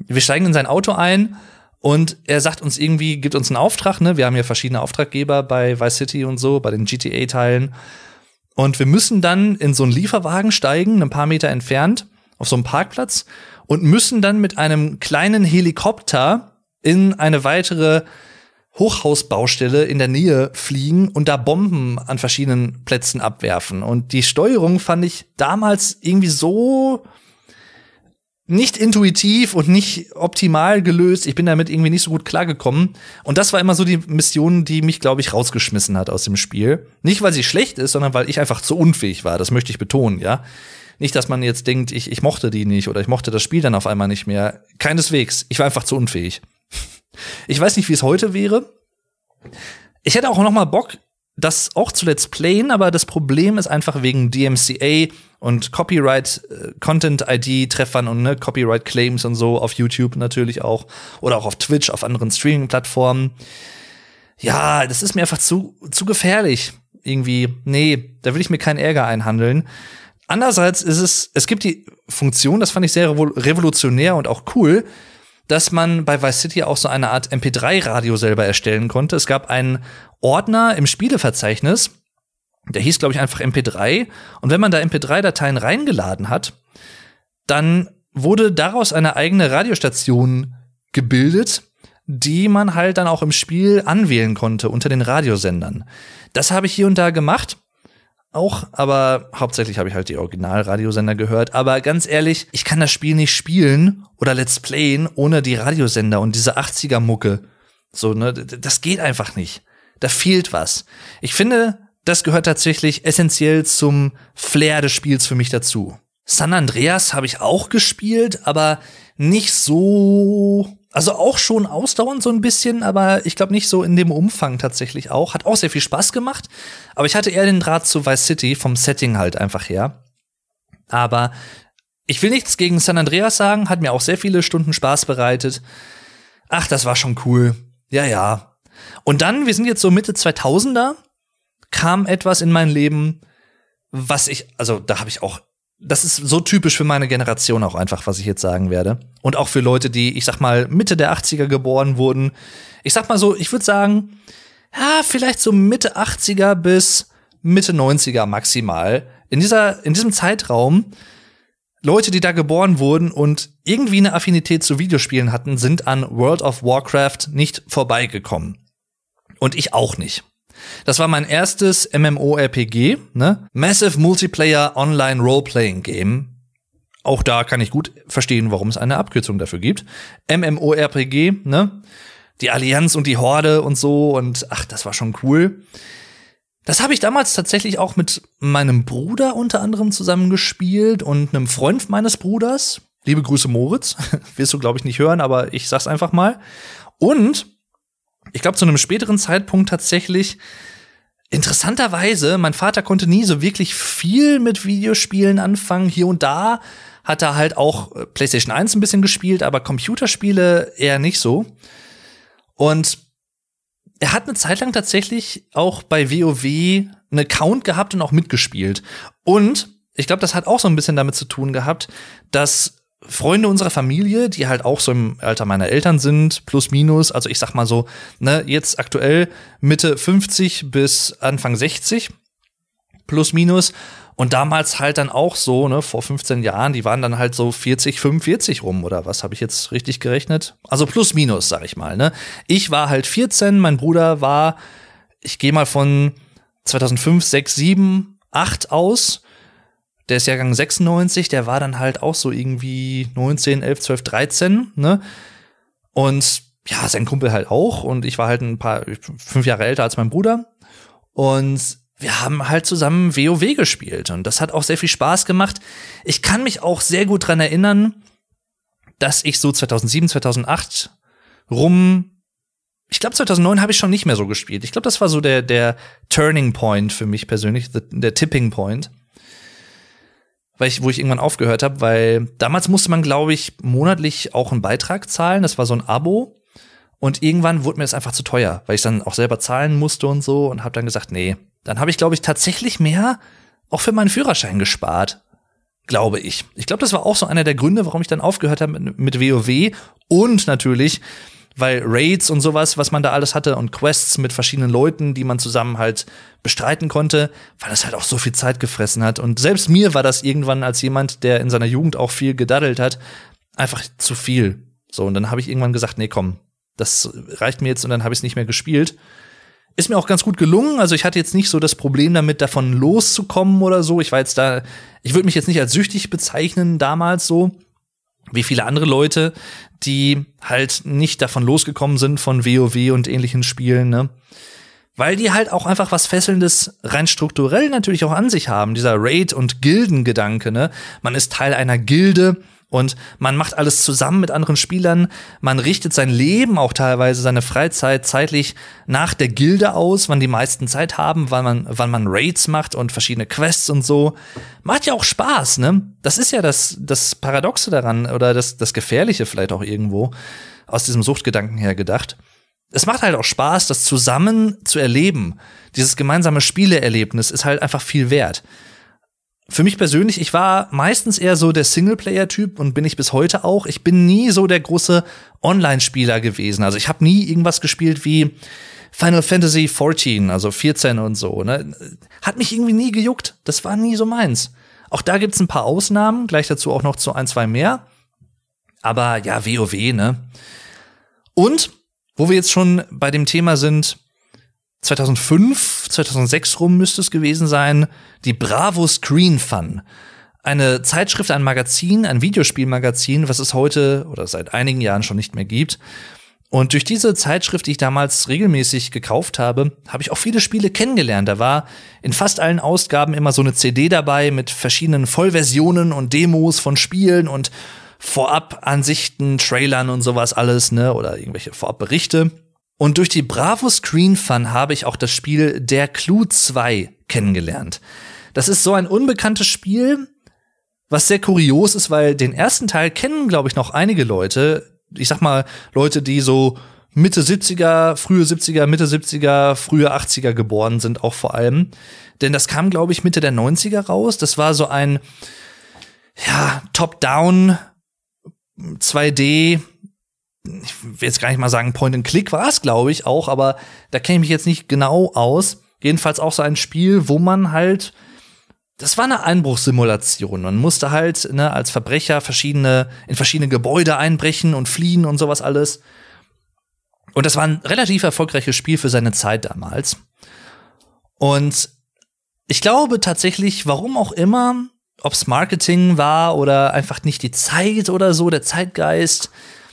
Wir steigen in sein Auto ein und er sagt uns irgendwie, gibt uns einen Auftrag, ne? Wir haben ja verschiedene Auftraggeber bei Vice City und so, bei den G T A-Teilen. Und wir müssen dann in so einen Lieferwagen steigen, ein paar Meter entfernt, auf so einem Parkplatz und müssen dann mit einem kleinen Helikopter in eine weitere Hochhausbaustelle in der Nähe fliegen und da Bomben an verschiedenen Plätzen abwerfen. Und die Steuerung fand ich damals irgendwie so nicht intuitiv und nicht optimal gelöst. Ich bin damit irgendwie nicht so gut klargekommen. Und das war immer so die Mission, die mich, glaube ich, rausgeschmissen hat aus dem Spiel. Nicht, weil sie schlecht ist, sondern weil ich einfach zu unfähig war. Das möchte ich betonen, ja. Nicht, dass man jetzt denkt, ich, ich mochte die nicht oder ich mochte das Spiel dann auf einmal nicht mehr. Keineswegs. Ich war einfach zu unfähig. Ich weiß nicht, wie es heute wäre. Ich hätte auch noch mal Bock, das auch zu Let's Playen, aber das Problem ist einfach wegen D M C A und Copyright, äh, Content-I D-Treffern und ne, Copyright-Claims und so auf YouTube natürlich auch oder auch auf Twitch, auf anderen Streaming-Plattformen. Ja, das ist mir einfach zu, zu gefährlich. Irgendwie, nee, da will ich mir keinen Ärger einhandeln. Andererseits ist es, es gibt die Funktion, das fand ich sehr revolutionär und auch cool, dass man bei Vice City auch so eine Art M P drei Radio selber erstellen konnte. Es gab einen Ordner im Spieleverzeichnis, der hieß, glaube ich, einfach M P drei. Und wenn man da M P drei Dateien reingeladen hat, dann wurde daraus eine eigene Radiostation gebildet, die man halt dann auch im Spiel anwählen konnte unter den Radiosendern. Das habe ich hier und da gemacht. Auch, aber hauptsächlich habe ich halt die Originalradiosender gehört. Aber ganz ehrlich, ich kann das Spiel nicht spielen oder Let's Playen ohne die Radiosender und diese achtziger-Mucke. So, ne, das geht einfach nicht. Da fehlt was. Ich finde, das gehört tatsächlich essentiell zum Flair des Spiels für mich dazu. San Andreas habe ich auch gespielt, aber nicht so. Also auch schon ausdauernd so ein bisschen, aber ich glaube nicht so in dem Umfang tatsächlich auch. Hat auch sehr viel Spaß gemacht, aber ich hatte eher den Draht zu Vice City, vom Setting halt einfach her. Aber ich will nichts gegen San Andreas sagen, hat mir auch sehr viele Stunden Spaß bereitet. Ach, das war schon cool. Ja, ja. Und dann, wir sind jetzt so Mitte zweitausender, kam etwas in mein Leben, was ich, also da habe ich auch das ist so typisch für meine Generation auch einfach, was ich jetzt sagen werde. Und auch für Leute, die, ich sag mal, Mitte der achtziger geboren wurden. Ich sag mal so, ich würde sagen, ja, vielleicht so Mitte achtziger bis Mitte neunziger maximal. In dieser, in diesem Zeitraum, Leute, die da geboren wurden und irgendwie eine Affinität zu Videospielen hatten, sind an World of Warcraft nicht vorbeigekommen. Und ich auch nicht. Das war mein erstes MMORPG, ne? Massive Multiplayer Online Role-Playing Game. Auch da kann ich gut verstehen, warum es eine Abkürzung dafür gibt. MMORPG, ne? Die Allianz und die Horde und so und ach, das war schon cool. Das habe ich damals tatsächlich auch mit meinem Bruder unter anderem zusammengespielt und einem Freund meines Bruders. Liebe Grüße, Moritz. Wirst du, glaube ich, nicht hören, aber ich sag's einfach mal. Und ich glaube, zu einem späteren Zeitpunkt tatsächlich, interessanterweise, mein Vater konnte nie so wirklich viel mit Videospielen anfangen. Hier und da hat er halt auch PlayStation eins ein bisschen gespielt, aber Computerspiele eher nicht so. Und er hat eine Zeit lang tatsächlich auch bei WoW einen Account gehabt und auch mitgespielt. Und ich glaube, das hat auch so ein bisschen damit zu tun gehabt, dass Freunde unserer Familie, die halt auch so im Alter meiner Eltern sind, plus minus, also ich sag mal so, ne, jetzt aktuell Mitte fünfzig bis Anfang sechzig, plus minus, und damals halt dann auch so, ne, vor fünfzehn Jahren, die waren dann halt so vierzig, fünfundvierzig rum, oder was, habe ich jetzt richtig gerechnet? Also plus minus, sag ich mal, ne. Ich war halt vierzehn, mein Bruder war, ich gehe mal von zweitausendfünf, sechs, sieben, acht aus. Der ist Jahrgang sechsundneunzig, der war dann halt auch so irgendwie neunzehn, elf, zwölf, dreizehn, ne? Und ja, sein Kumpel halt auch. Und ich war halt ein paar, fünf Jahre älter als mein Bruder. Und wir haben halt zusammen WoW gespielt. Und das hat auch sehr viel Spaß gemacht. Ich kann mich auch sehr gut dran erinnern, dass ich so zweitausendsieben, zweitausendacht rum, ich glaube zweitausendneun habe ich schon nicht mehr so gespielt. Ich glaube, das war so der, der Turning Point für mich persönlich, der Tipping Point. Weil ich, wo ich irgendwann aufgehört habe, weil damals musste man, glaube ich, monatlich auch einen Beitrag zahlen. Das war so ein Abo. Und irgendwann wurde mir das einfach zu teuer, weil ich dann auch selber zahlen musste und so und habe dann gesagt, nee. Dann habe ich, glaube ich, tatsächlich mehr auch für meinen Führerschein gespart. glaube ich. Ich glaube, das war auch so einer der Gründe, warum ich dann aufgehört habe mit, mit WoW und natürlich, weil Raids und sowas, was man da alles hatte und Quests mit verschiedenen Leuten, die man zusammen halt bestreiten konnte, weil das halt auch so viel Zeit gefressen hat. Und selbst mir war das irgendwann als jemand, der in seiner Jugend auch viel gedaddelt hat, einfach zu viel. So, und dann habe ich irgendwann gesagt, nee, komm, das reicht mir jetzt, und dann habe ich es nicht mehr gespielt. Ist mir auch ganz gut gelungen. Also ich hatte jetzt nicht so das Problem damit, davon loszukommen oder so. Ich war jetzt da, ich würde mich jetzt nicht als süchtig bezeichnen damals so, wie viele andere Leute, die halt nicht davon losgekommen sind von WoW und ähnlichen Spielen, ne? Weil die halt auch einfach was Fesselndes rein strukturell natürlich auch an sich haben. Dieser Raid- und Gildengedanke, ne? Man ist Teil einer Gilde und man macht alles zusammen mit anderen Spielern. Man richtet sein Leben, auch teilweise seine Freizeit, zeitlich nach der Gilde aus, wann die meisten Zeit haben, weil man, wann man Raids macht und verschiedene Quests und so. Macht ja auch Spaß, ne? Das ist ja das, das Paradoxe daran oder das, das Gefährliche vielleicht auch irgendwo aus diesem Suchtgedanken her gedacht. Es macht halt auch Spaß, das zusammen zu erleben. Dieses gemeinsame Spieleerlebnis ist halt einfach viel wert. Für mich persönlich, ich war meistens eher so der Singleplayer-Typ und bin ich bis heute auch. Ich bin nie so der große Online-Spieler gewesen. Also ich habe nie irgendwas gespielt wie Final Fantasy vierzehn, also vierzehn und so. Ne? Hat mich irgendwie nie gejuckt. Das war nie so meins. Auch da gibt's ein paar Ausnahmen, gleich dazu auch noch zu ein, zwei mehr. Aber ja, WoW, ne? Und wo wir jetzt schon bei dem Thema sind, zweitausendfünf, zweitausendsechs rum müsste es gewesen sein, die Bravo Screen Fun. Eine Zeitschrift, ein Magazin, ein Videospielmagazin, was es heute oder seit einigen Jahren schon nicht mehr gibt. Und durch diese Zeitschrift, die ich damals regelmäßig gekauft habe, habe ich auch viele Spiele kennengelernt. Da war in fast allen Ausgaben immer so eine C D dabei mit verschiedenen Vollversionen und Demos von Spielen und Vorabansichten, Trailern und sowas alles, ne, oder irgendwelche Vorabberichte. Und durch die Bravo Screen Fun habe ich auch das Spiel Der Clou zwei kennengelernt. Das ist so ein unbekanntes Spiel, was sehr kurios ist, weil den ersten Teil kennen, glaube ich, noch einige Leute. Ich sag mal, Leute, die so Mitte siebziger, frühe siebziger, Mitte siebziger, frühe achtziger geboren sind, auch vor allem. Denn das kam, glaube ich, Mitte der neunziger raus. Das war so ein, ja, Top-Down zwei D, ich will jetzt gar nicht mal sagen, Point-and-Click war es, glaube ich, auch, aber da kenne ich mich jetzt nicht genau aus. Jedenfalls auch so ein Spiel, wo man halt, das war eine Einbruchssimulation. Man musste halt, ne, als Verbrecher verschiedene, in verschiedene Gebäude einbrechen und fliehen und sowas alles. Und das war ein relativ erfolgreiches Spiel für seine Zeit damals. Und ich glaube tatsächlich, warum auch immer, ob's Marketing war oder einfach nicht die Zeit oder so, der Zeitgeist.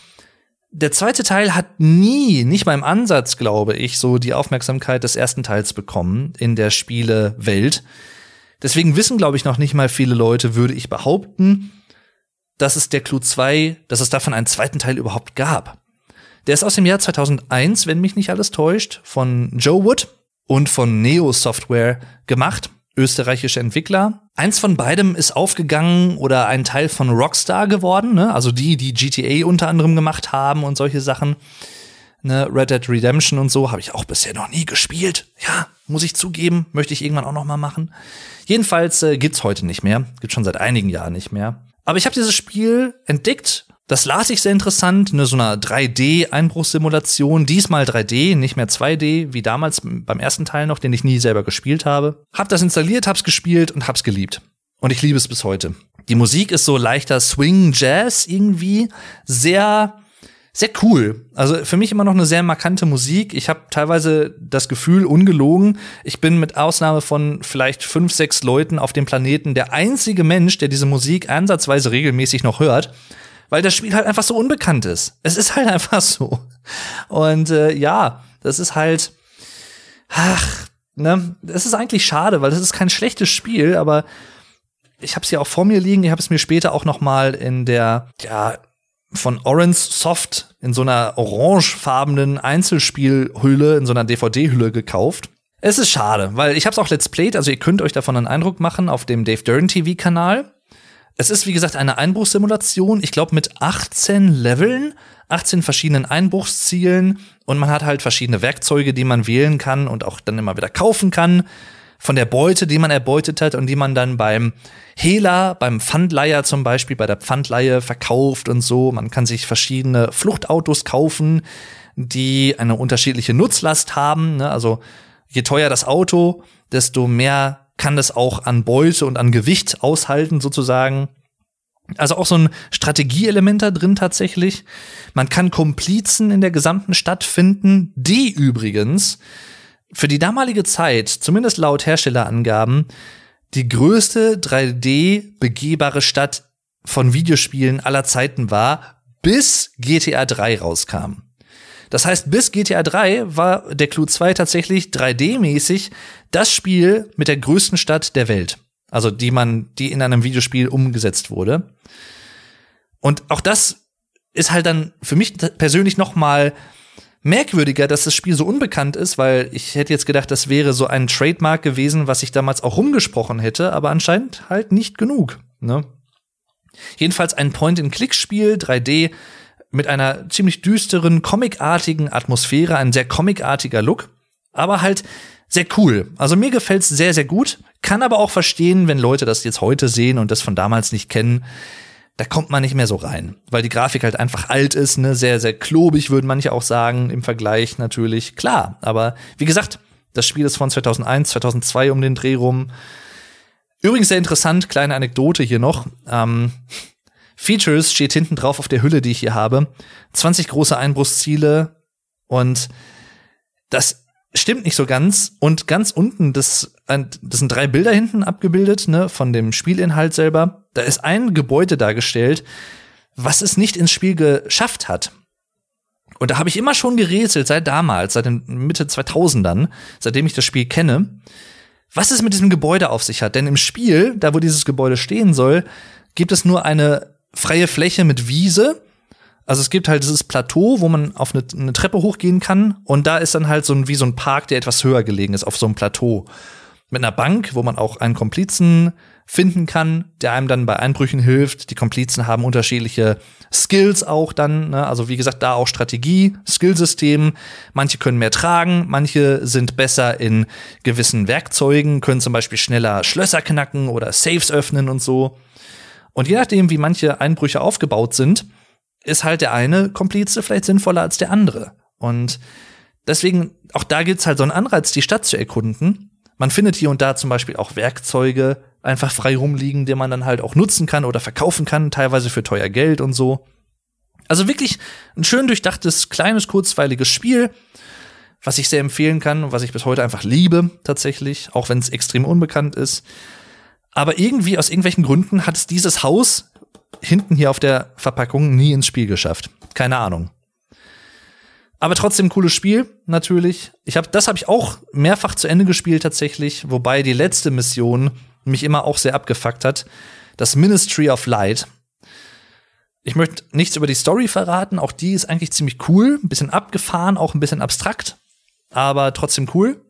Der zweite Teil hat nie, nicht mal im Ansatz, glaube ich, so die Aufmerksamkeit des ersten Teils bekommen in der Spielewelt. Deswegen wissen, glaube ich, noch nicht mal viele Leute, würde ich behaupten, dass es der Clou zwei, dass es davon einen zweiten Teil überhaupt gab. Der ist aus dem Jahr zweitausendeins, wenn mich nicht alles täuscht, von Joe Wood und von Neo Software gemacht. Österreichische Entwickler. Eins von beidem ist aufgegangen oder ein Teil von Rockstar geworden, ne? Also die, die G T A unter anderem gemacht haben und solche Sachen. Ne? Red Dead Redemption und so habe ich auch bisher noch nie gespielt. Ja, muss ich zugeben, möchte ich irgendwann auch noch mal machen. Jedenfalls äh, gibt's heute nicht mehr, gibt schon seit einigen Jahren nicht mehr. Aber ich habe dieses Spiel entdeckt. Das las ich sehr interessant, ne, so einer drei D-Einbruchssimulation, diesmal drei D, nicht mehr zwei D, wie damals beim ersten Teil noch, den ich nie selber gespielt habe. Hab das installiert, hab's gespielt und hab's geliebt. Und ich liebe es bis heute. Die Musik ist so leichter Swing-Jazz irgendwie, sehr, sehr cool. Also für mich immer noch eine sehr markante Musik. Ich habe teilweise das Gefühl, ungelogen, ich bin mit Ausnahme von vielleicht fünf, sechs Leuten auf dem Planeten der einzige Mensch, der diese Musik ansatzweise regelmäßig noch hört. Weil das Spiel halt einfach so unbekannt ist. Es ist halt einfach so. Und äh, ja, das ist halt, ach, ne, das ist eigentlich schade, weil das ist kein schlechtes Spiel, aber ich habe es ja auch vor mir liegen. Ich habe es mir später auch noch mal in der, ja, von Orange Soft in so einer orangefarbenen Einzelspielhülle, in so einer D V D-Hülle gekauft. Es ist schade, weil ich habe es auch Let's Played, also ihr könnt euch davon einen Eindruck machen auf dem Dave Duran T V-Kanal. Es ist, wie gesagt, eine Einbruchssimulation, ich glaube mit achtzehn Leveln, achtzehn verschiedenen Einbruchszielen und man hat halt verschiedene Werkzeuge, die man wählen kann und auch dann immer wieder kaufen kann. von der Beute, die man erbeutet hat und die man dann beim Hehler, beim Pfandleiher zum Beispiel, bei der Pfandleihe verkauft und so. Man kann sich verschiedene Fluchtautos kaufen, die eine unterschiedliche Nutzlast haben, ne? Also je teuer das Auto, desto mehr kann es auch an Beute und an Gewicht aushalten sozusagen. Also auch so ein Strategieelement da drin tatsächlich. Man kann Komplizen in der gesamten Stadt finden, die übrigens für die damalige Zeit, zumindest laut Herstellerangaben, die größte drei D begehbare Stadt von Videospielen aller Zeiten war, bis G T A drei rauskam. Das heißt, bis G T A drei war der Clou zwei tatsächlich drei D-mäßig das Spiel mit der größten Stadt der Welt. Also die man, die in einem Videospiel umgesetzt wurde. Und auch das ist halt dann für mich persönlich noch mal merkwürdiger, dass das Spiel so unbekannt ist, weil ich hätte jetzt gedacht, das wäre so ein Trademark gewesen, was ich damals auch rumgesprochen hätte, aber anscheinend halt nicht genug, ne? Jedenfalls ein Point-and-Click-Spiel, drei D, mit einer ziemlich düsteren, comicartigen Atmosphäre, ein sehr comicartiger Look, aber halt sehr cool. Also mir gefällt's sehr, sehr gut, kann aber auch verstehen, wenn Leute das jetzt heute sehen und das von damals nicht kennen. Da kommt man nicht mehr so rein, weil die Grafik halt einfach alt ist, ne, sehr, sehr klobig, würden manche auch sagen, im Vergleich natürlich. Klar, aber wie gesagt, das Spiel ist von zweitausendeins, zweitausendzwei um den Dreh rum. Übrigens sehr interessant, kleine Anekdote hier noch. Ähm, Features steht hinten drauf auf der Hülle, die ich hier habe. zwanzig große Einbruchsziele und das stimmt nicht so ganz. Und ganz unten, das, das sind drei Bilder hinten abgebildet, ne, von dem Spielinhalt selber. Da ist ein Gebäude dargestellt, was es nicht ins Spiel geschafft hat. Und da habe ich immer schon gerätselt, seit damals, seit den Mitte zweitausendern, seitdem ich das Spiel kenne, was es mit diesem Gebäude auf sich hat. Denn im Spiel, da wo dieses Gebäude stehen soll, gibt es nur eine freie Fläche mit Wiese. Also es gibt halt dieses Plateau, wo man auf eine, eine Treppe hochgehen kann. Und da ist dann halt so ein, wie so ein Park, der etwas höher gelegen ist, auf so einem Plateau. Mit einer Bank, wo man auch einen Komplizen finden kann, der einem dann bei Einbrüchen hilft. Die Komplizen haben unterschiedliche Skills auch dann, ne? Also wie gesagt, da auch Strategie, Skillsystem. Manche können mehr tragen, manche sind besser in gewissen Werkzeugen, können zum Beispiel schneller Schlösser knacken oder Safes öffnen und so. Und je nachdem, wie manche Einbrüche aufgebaut sind, ist halt der eine Komplize vielleicht sinnvoller als der andere. Und deswegen, auch da gibt's halt so einen Anreiz, die Stadt zu erkunden. Man findet hier und da zum Beispiel auch Werkzeuge einfach frei rumliegen, die man dann halt auch nutzen kann oder verkaufen kann, teilweise für teuer Geld und so. Also wirklich ein schön durchdachtes, kleines, kurzweiliges Spiel, was ich sehr empfehlen kann und was ich bis heute einfach liebe, tatsächlich, auch wenn es extrem unbekannt ist. Aber irgendwie, aus irgendwelchen Gründen, hat es dieses Haus hinten hier auf der Verpackung nie ins Spiel geschafft. Keine Ahnung. Aber trotzdem ein cooles Spiel, natürlich. Ich hab, das habe ich auch mehrfach zu Ende gespielt tatsächlich, wobei die letzte Mission mich immer auch sehr abgefuckt hat. Das Ministry of Light. Ich möchte nichts über die Story verraten, auch die ist eigentlich ziemlich cool. Ein bisschen abgefahren, auch ein bisschen abstrakt, aber trotzdem cool.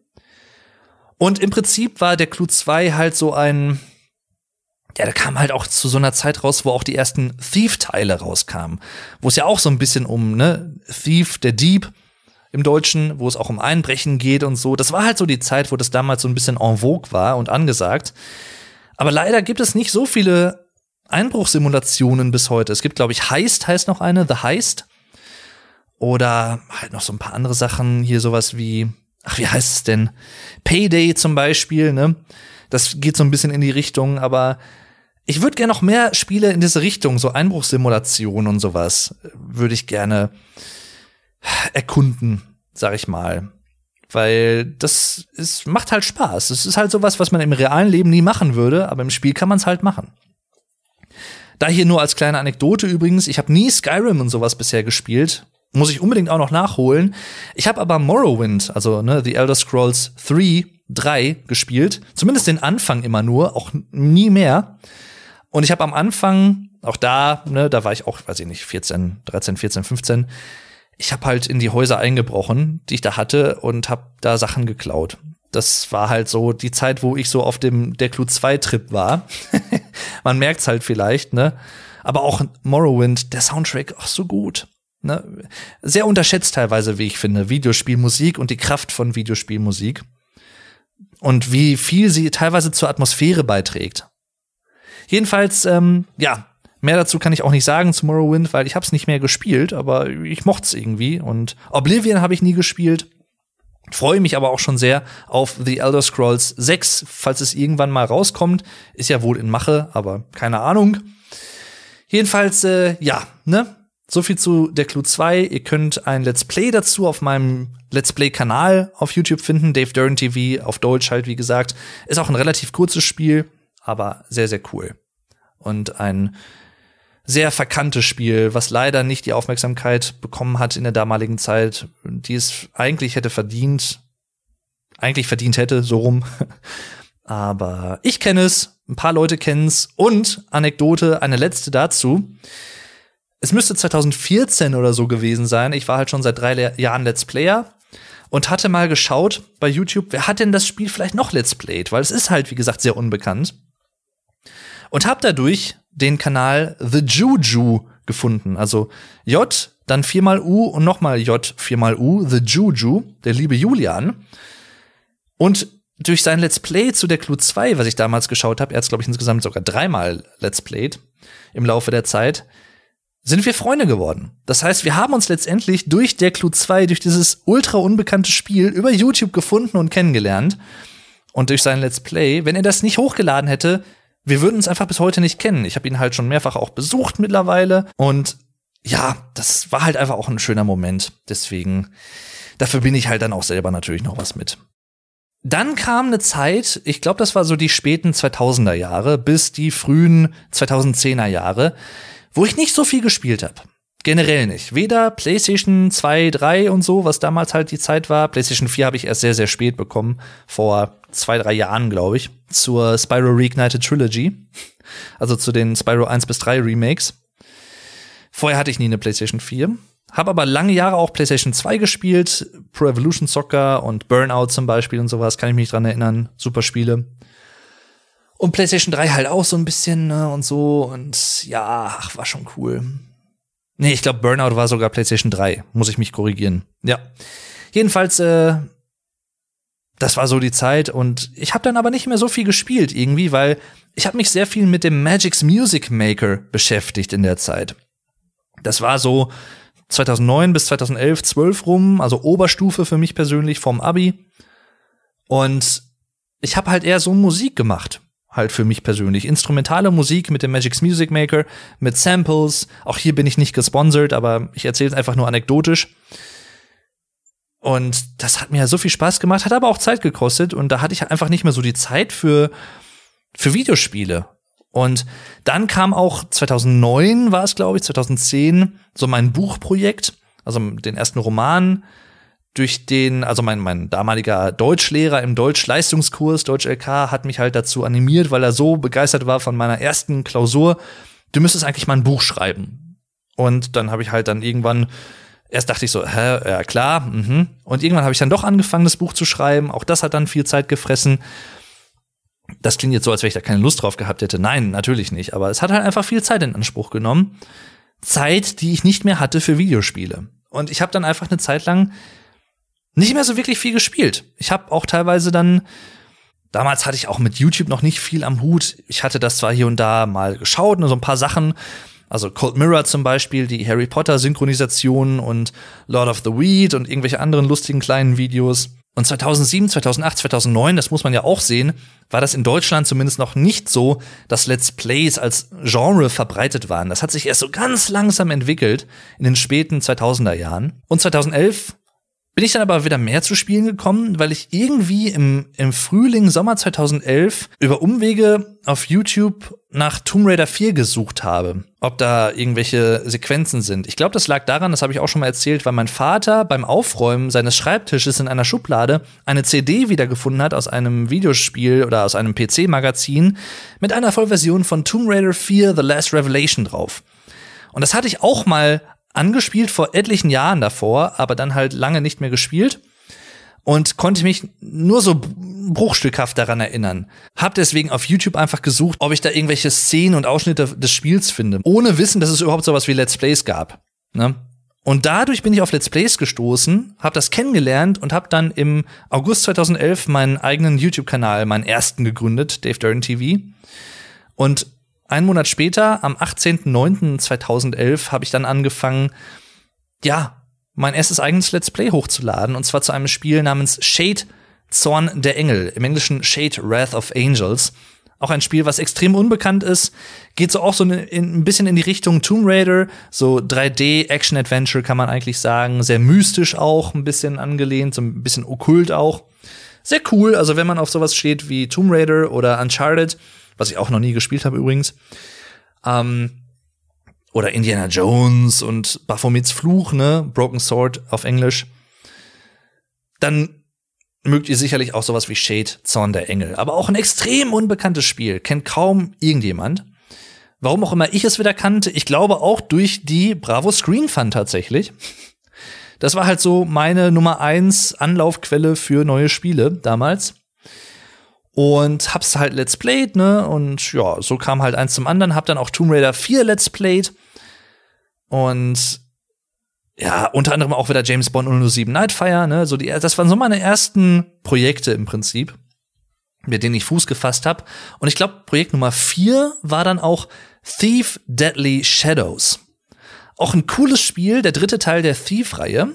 Und im Prinzip war der Clou zwei halt so ein, ja, der kam halt auch zu so einer Zeit raus, wo auch die ersten Thief-Teile rauskamen. Wo es ja auch so ein bisschen um, ne, Thief, der Dieb im Deutschen, wo es auch um Einbrechen geht und so. Das war halt so die Zeit, wo das damals so ein bisschen en vogue war und angesagt. Aber leider gibt es nicht so viele Einbruchssimulationen bis heute. Es gibt, glaube ich, Heist heißt noch eine, The Heist. Oder halt noch so ein paar andere Sachen, hier sowas wie, ach, wie heißt es denn? Payday zum Beispiel, ne? Das geht so ein bisschen in die Richtung, aber ich würde gerne noch mehr Spiele in diese Richtung, so Einbruchssimulationen und sowas, würde ich gerne erkunden, sag ich mal. Weil das ist, macht halt Spaß. Es ist halt sowas, was man im realen Leben nie machen würde, aber im Spiel kann man es halt machen. Da hier nur als kleine Anekdote übrigens, ich habe nie Skyrim und sowas bisher gespielt. Muss ich unbedingt auch noch nachholen. Ich habe aber Morrowind, also ne, The Elder Scrolls drei, drei gespielt. Zumindest den Anfang immer nur, auch nie mehr. Und ich habe am Anfang, auch da, ne, da war ich auch, weiß ich nicht, vierzehn, dreizehn, vierzehn, fünfzehn. Ich habe halt in die Häuser eingebrochen, die ich da hatte, und habe da Sachen geklaut. Das war halt so die Zeit, wo ich so auf dem der Clou zwei Trip war. Man merkt's halt vielleicht, ne? Aber auch Morrowind, der Soundtrack, ach so gut. Ne? Sehr unterschätzt teilweise, wie ich finde, Videospielmusik und die Kraft von Videospielmusik. und wie viel sie teilweise zur Atmosphäre beiträgt. Jedenfalls, ähm, ja, mehr dazu kann ich auch nicht sagen zu Morrowind, weil ich hab's nicht mehr gespielt, aber ich mocht's irgendwie. Und Oblivion habe ich nie gespielt. Freue mich aber auch schon sehr auf The Elder Scrolls sechs, falls es irgendwann mal rauskommt. Ist ja wohl in Mache, aber keine Ahnung. Jedenfalls, äh, ja, ne? So viel zu der Clue zwei. Ihr könnt ein Let's Play dazu auf meinem Let's Play-Kanal auf YouTube finden. Dave Duran T V, auf Deutsch halt, wie gesagt. Ist auch ein relativ kurzes Spiel, aber sehr, sehr cool. Und ein sehr verkanntes Spiel, was leider nicht die Aufmerksamkeit bekommen hat in der damaligen Zeit, die es eigentlich hätte verdient, eigentlich verdient hätte, so rum. Aber ich kenne es, ein paar Leute kennen es und Anekdote, eine letzte dazu. Es müsste zwanzig vierzehn oder so gewesen sein. Ich war halt schon seit drei Le- Jahren Let's Player und hatte mal geschaut bei YouTube, wer hat denn das Spiel vielleicht noch Let's Played? Weil es ist halt, wie gesagt, sehr unbekannt. Und hab dadurch den Kanal The Juju gefunden. Also J, dann viermal U und nochmal J, viermal U. The Juju, der liebe Julian. Und durch sein Let's Play zu der Clue zwei, was ich damals geschaut habe, er hat's, glaube ich, insgesamt sogar dreimal Let's Played im Laufe der Zeit, sind wir Freunde geworden. Das heißt, wir haben uns letztendlich durch der Clue zwei, durch dieses ultra unbekannte Spiel über YouTube gefunden und kennengelernt. Und durch sein Let's Play, wenn er das nicht hochgeladen hätte, wir würden uns einfach bis heute nicht kennen. Ich habe ihn halt schon mehrfach auch besucht mittlerweile. Und ja, das war halt einfach auch ein schöner Moment. Deswegen, da verbinde ich halt dann auch selber natürlich noch was mit. Dann kam eine Zeit, ich glaube, das war so die späten zweitausender Jahre bis die frühen zweitausendzehner Jahre, wo ich nicht so viel gespielt habe. Generell nicht. Weder PlayStation zwei, drei und so, was damals halt die Zeit war. PlayStation vier habe ich erst sehr, sehr spät bekommen. Vor zwei, drei Jahren, glaube ich. Zur Spyro Reignited Trilogy. Also zu den Spyro eins bis drei Remakes. Vorher hatte ich nie eine PlayStation vier. Habe aber lange Jahre auch PlayStation zwei gespielt. Pro Evolution Soccer und Burnout zum Beispiel und sowas. Kann ich mich dran erinnern. Super Spiele. Und PlayStation drei halt auch so ein bisschen, ne, und so. Und ja, ach, war schon cool. Nee, ich glaube, Burnout war sogar PlayStation drei. Muss ich mich korrigieren. Ja. Jedenfalls, äh, das war so die Zeit. Und ich habe dann aber nicht mehr so viel gespielt irgendwie, weil ich habe mich sehr viel mit dem Magic's Music Maker beschäftigt in der Zeit. Das war so zweitausendneun bis zweitausendelf, zwölf rum. Also Oberstufe für mich persönlich vom Abi. Und ich habe halt eher so Musik gemacht. Halt für mich persönlich. Instrumentale Musik mit dem Magic's Music Maker, mit Samples. Auch hier bin ich nicht gesponsert, aber ich erzähle es einfach nur anekdotisch. Und das hat mir so viel Spaß gemacht, hat aber auch Zeit gekostet. Und da hatte ich einfach nicht mehr so die Zeit für, für Videospiele. Und dann kam auch zweitausendneun, war es, glaube ich, zweitausendzehn, so mein Buchprojekt, also den ersten Roman, durch den, also mein, mein damaliger Deutschlehrer im Deutsch-Leistungskurs, Deutsch-L K, hat mich halt dazu animiert, weil er so begeistert war von meiner ersten Klausur, du müsstest eigentlich mal ein Buch schreiben. Und dann habe ich halt dann irgendwann, erst dachte ich so, hä, ja klar, mhm. Und irgendwann habe ich dann doch angefangen, das Buch zu schreiben. Auch das hat dann viel Zeit gefressen. Das klingt jetzt so, als wenn ich da keine Lust drauf gehabt hätte. Nein, natürlich nicht. Aber es hat halt einfach viel Zeit in Anspruch genommen. Zeit, die ich nicht mehr hatte für Videospiele. Und ich habe dann einfach eine Zeit lang nicht mehr so wirklich viel gespielt. Ich habe auch teilweise dann, damals hatte ich auch mit YouTube noch nicht viel am Hut. Ich hatte das zwar hier und da mal geschaut, nur so ein paar Sachen. Also Cold Mirror zum Beispiel, die Harry Potter Synchronisation und Lord of the Weed und irgendwelche anderen lustigen kleinen Videos. Und zweitausendsieben, zweitausendacht, zweitausendneun, das muss man ja auch sehen, war das in Deutschland zumindest noch nicht so, dass Let's Plays als Genre verbreitet waren. Das hat sich erst so ganz langsam entwickelt in den späten zweitausender Jahren. Und zweitausendelf bin ich dann aber wieder mehr zu Spielen gekommen, weil ich irgendwie im, im Frühling, Sommer zweitausendelf über Umwege auf YouTube nach Tomb Raider vier gesucht habe, ob da irgendwelche Sequenzen sind. Ich glaube, das lag daran, das habe ich auch schon mal erzählt, weil mein Vater beim Aufräumen seines Schreibtisches in einer Schublade eine C D wiedergefunden hat aus einem Videospiel oder aus einem P C-Magazin mit einer Vollversion von Tomb Raider vier The Last Revelation drauf. Und das hatte ich auch mal angespielt vor etlichen Jahren davor, aber dann halt lange nicht mehr gespielt und konnte mich nur so bruchstückhaft daran erinnern. Hab deswegen auf YouTube einfach gesucht, ob ich da irgendwelche Szenen und Ausschnitte des Spiels finde, ohne Wissen, dass es überhaupt sowas wie Let's Plays gab. Ne? Und dadurch bin ich auf Let's Plays gestoßen, habe das kennengelernt und habe dann im August zweitausendelf meinen eigenen YouTube-Kanal, meinen ersten gegründet, Dave Duran T V. Und einen Monat später, am achtzehnten neunten zweitausendelf, habe ich dann angefangen, ja, mein erstes eigenes Let's Play hochzuladen. Und zwar zu einem Spiel namens Shade, Zorn der Engel, im Englischen Shade, Wrath of Angels. Auch ein Spiel, was extrem unbekannt ist. Geht so auch so in, in, ein bisschen in die Richtung Tomb Raider. So drei D-Action-Adventure kann man eigentlich sagen. Sehr mystisch auch, ein bisschen angelehnt, so ein bisschen okkult auch. Sehr cool, also wenn man auf sowas steht wie Tomb Raider oder Uncharted, was ich auch noch nie gespielt habe übrigens. Ähm, oder Indiana Jones und Baphomets Fluch, ne? Broken Sword auf Englisch. Dann mögt ihr sicherlich auch sowas wie Shade, Zorn der Engel. Aber auch ein extrem unbekanntes Spiel. Kennt kaum irgendjemand. Warum auch immer ich es wieder kannte. Ich glaube auch durch die Bravo Screen Fun tatsächlich. Das war halt so meine Nummer eins Anlaufquelle für neue Spiele damals. Und hab's halt Let's Played, ne? Und ja, so kam halt eins zum anderen. Hab dann auch Tomb Raider vier Let's Played. Und ja, unter anderem auch wieder James Bond null null sieben Nightfire, ne? So die, das waren so meine ersten Projekte im Prinzip, mit denen ich Fuß gefasst habe. Und ich glaube, Projekt Nummer vier war dann auch Thief Deadly Shadows. Auch ein cooles Spiel, der dritte Teil der Thief-Reihe.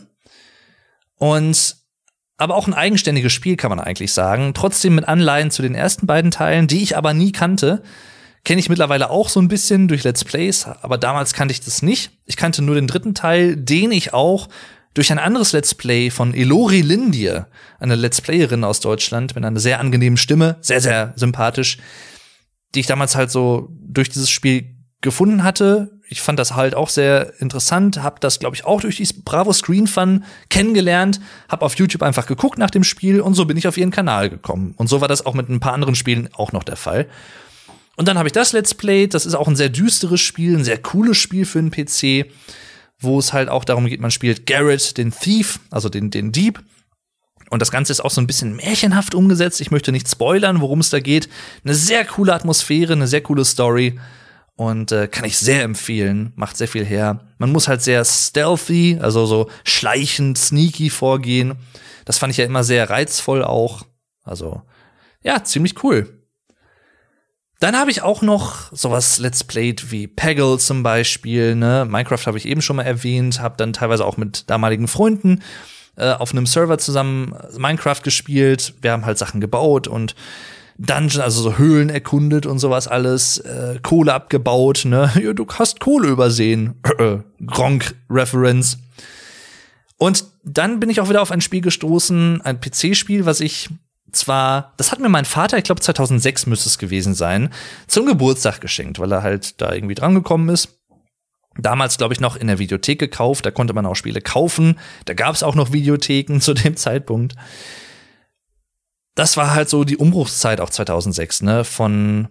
Und aber auch ein eigenständiges Spiel, kann man eigentlich sagen. Trotzdem mit Anleihen zu den ersten beiden Teilen, die ich aber nie kannte. Kenne ich mittlerweile auch so ein bisschen durch Let's Plays, aber damals kannte ich das nicht. Ich kannte nur den dritten Teil, den ich auch durch ein anderes Let's Play von Elori Lindier, eine Let's Playerin aus Deutschland mit einer sehr angenehmen Stimme, sehr, sehr sympathisch, die ich damals halt so durch dieses Spiel gefunden hatte. Ich fand das halt auch sehr interessant, hab das, glaube ich, auch durch die Bravo Screen Fun kennengelernt, hab auf YouTube einfach geguckt nach dem Spiel und so bin ich auf ihren Kanal gekommen. Und so war das auch mit ein paar anderen Spielen auch noch der Fall. Und dann habe ich das Let's Played. Das ist auch ein sehr düsteres Spiel, ein sehr cooles Spiel für einen P C, wo es halt auch darum geht, man spielt Garrett, den Thief, also den, den Dieb. Und das Ganze ist auch so ein bisschen märchenhaft umgesetzt. Ich möchte nicht spoilern, worum es da geht. Eine sehr coole Atmosphäre, eine sehr coole Story. Und äh, kann ich sehr empfehlen. Macht sehr viel her. Man muss halt sehr stealthy, also so schleichend, sneaky vorgehen. Das fand ich ja immer sehr reizvoll auch. Also, ja, ziemlich cool. Dann habe ich auch noch sowas Let's Played wie Peggle zum Beispiel, ne? Minecraft habe ich eben schon mal erwähnt, habe dann teilweise auch mit damaligen Freunden äh, auf einem Server zusammen Minecraft gespielt. Wir haben halt Sachen gebaut und Dungeon, also so Höhlen erkundet und sowas alles, äh, Kohle abgebaut, ne? Ja, du hast Kohle übersehen. Gronk-Reference. Und dann bin ich auch wieder auf ein Spiel gestoßen, ein P C-Spiel, was ich zwar, das hat mir mein Vater, ich glaube zweitausendsechs müsste es gewesen sein, zum Geburtstag geschenkt, weil er halt da irgendwie dran gekommen ist. Damals, glaube ich, noch in der Videothek gekauft, da konnte man auch Spiele kaufen. Da gab es auch noch Videotheken zu dem Zeitpunkt. Das war halt so die Umbruchszeit auch zweitausendsechs, ne, von,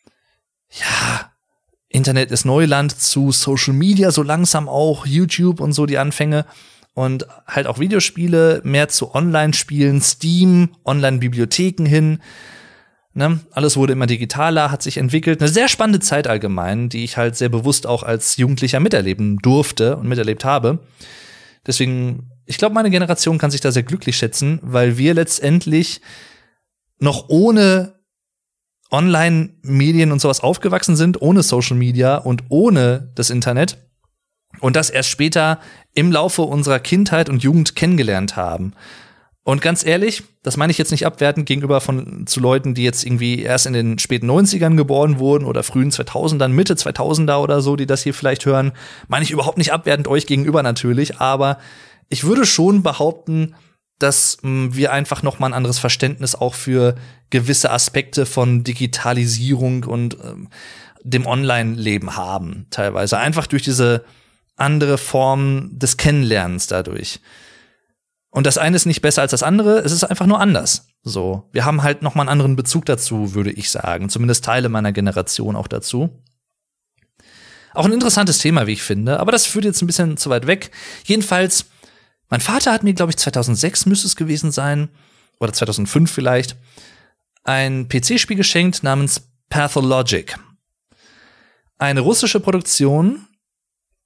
ja, Internet ist Neuland zu Social Media, so langsam auch YouTube und so die Anfänge. Und halt auch Videospiele, mehr zu Online-Spielen, Steam, Online-Bibliotheken hin. Ne? Alles wurde immer digitaler, hat sich entwickelt. Eine sehr spannende Zeit allgemein, die ich halt sehr bewusst auch als Jugendlicher miterleben durfte und miterlebt habe. Deswegen, ich glaube, meine Generation kann sich da sehr glücklich schätzen, weil wir letztendlich noch ohne Online-Medien und sowas aufgewachsen sind, ohne Social Media und ohne das Internet. Und das erst später im Laufe unserer Kindheit und Jugend kennengelernt haben. Und ganz ehrlich, das meine ich jetzt nicht abwertend gegenüber von zu Leuten, die jetzt irgendwie erst in den späten neunzigern geboren wurden oder frühen zweitausendern, Mitte zweitausender oder so, die das hier vielleicht hören. Meine ich überhaupt nicht abwertend euch gegenüber natürlich, aber ich würde schon behaupten, dass mh, wir einfach noch mal ein anderes Verständnis auch für gewisse Aspekte von Digitalisierung und ähm, dem Online-Leben haben, teilweise. Einfach durch diese andere Form des Kennenlernens dadurch. Und das eine ist nicht besser als das andere, es ist einfach nur anders. So, wir haben halt noch mal einen anderen Bezug dazu, würde ich sagen. Zumindest Teile meiner Generation auch dazu. Auch ein interessantes Thema, wie ich finde, aber das führt jetzt ein bisschen zu weit weg. Jedenfalls, mein Vater hat mir, glaube ich, zweitausendsechs müsste es gewesen sein, oder zweitausendfünf vielleicht, ein P C-Spiel geschenkt namens Pathologic. Eine russische Produktion,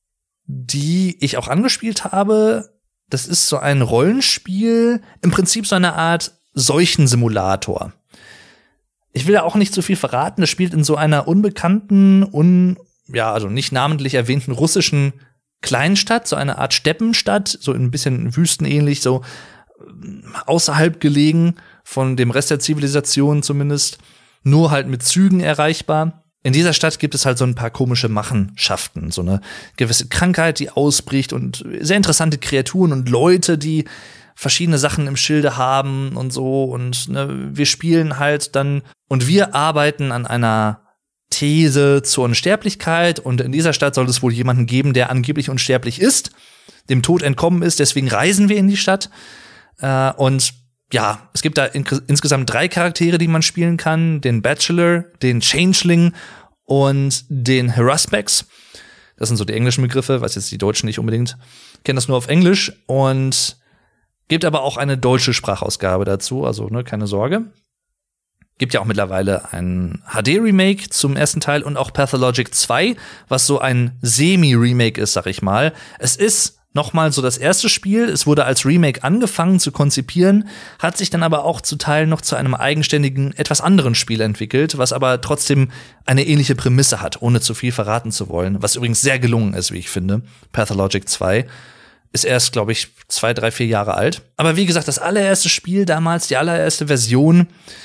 die ich auch angespielt habe. Das ist so ein Rollenspiel, im Prinzip so eine Art Seuchensimulator. Ich will ja auch nicht zu viel verraten. Das spielt in so einer unbekannten, un, ja, also nicht namentlich erwähnten russischen Kleinstadt, so eine Art Steppenstadt, so ein bisschen wüstenähnlich, so außerhalb gelegen von dem Rest der Zivilisation zumindest, nur halt mit Zügen erreichbar. In dieser Stadt gibt es halt so ein paar komische Machenschaften, so eine gewisse Krankheit, die ausbricht und sehr interessante Kreaturen und Leute, die verschiedene Sachen im Schilde haben und so. Und ne, wir spielen halt dann und wir arbeiten an einer These zur Unsterblichkeit. Und in dieser Stadt soll es wohl jemanden geben, der angeblich unsterblich ist, dem Tod entkommen ist. Deswegen reisen wir in die Stadt. Äh, und ja, es gibt da in, insgesamt drei Charaktere, die man spielen kann. Den Bachelor, den Changeling und den Haruspex. Das sind so die englischen Begriffe, was jetzt die Deutschen nicht unbedingt kennen, das nur auf Englisch. Und gibt aber auch eine deutsche Sprachausgabe dazu, also ne, keine Sorge. Gibt ja auch mittlerweile ein H D-Remake zum ersten Teil und auch Pathologic zwei, was so ein Semi-Remake ist, sag ich mal. Es ist nochmal so das erste Spiel. Es wurde als Remake angefangen zu konzipieren, hat sich dann aber auch zu Teilen noch zu einem eigenständigen, etwas anderen Spiel entwickelt, was aber trotzdem eine ähnliche Prämisse hat, ohne zu viel verraten zu wollen. Was übrigens sehr gelungen ist, wie ich finde. Pathologic zwei. Ist erst, glaube ich, zwei, drei, vier Jahre alt. Aber wie gesagt, das allererste Spiel damals, die allererste Version,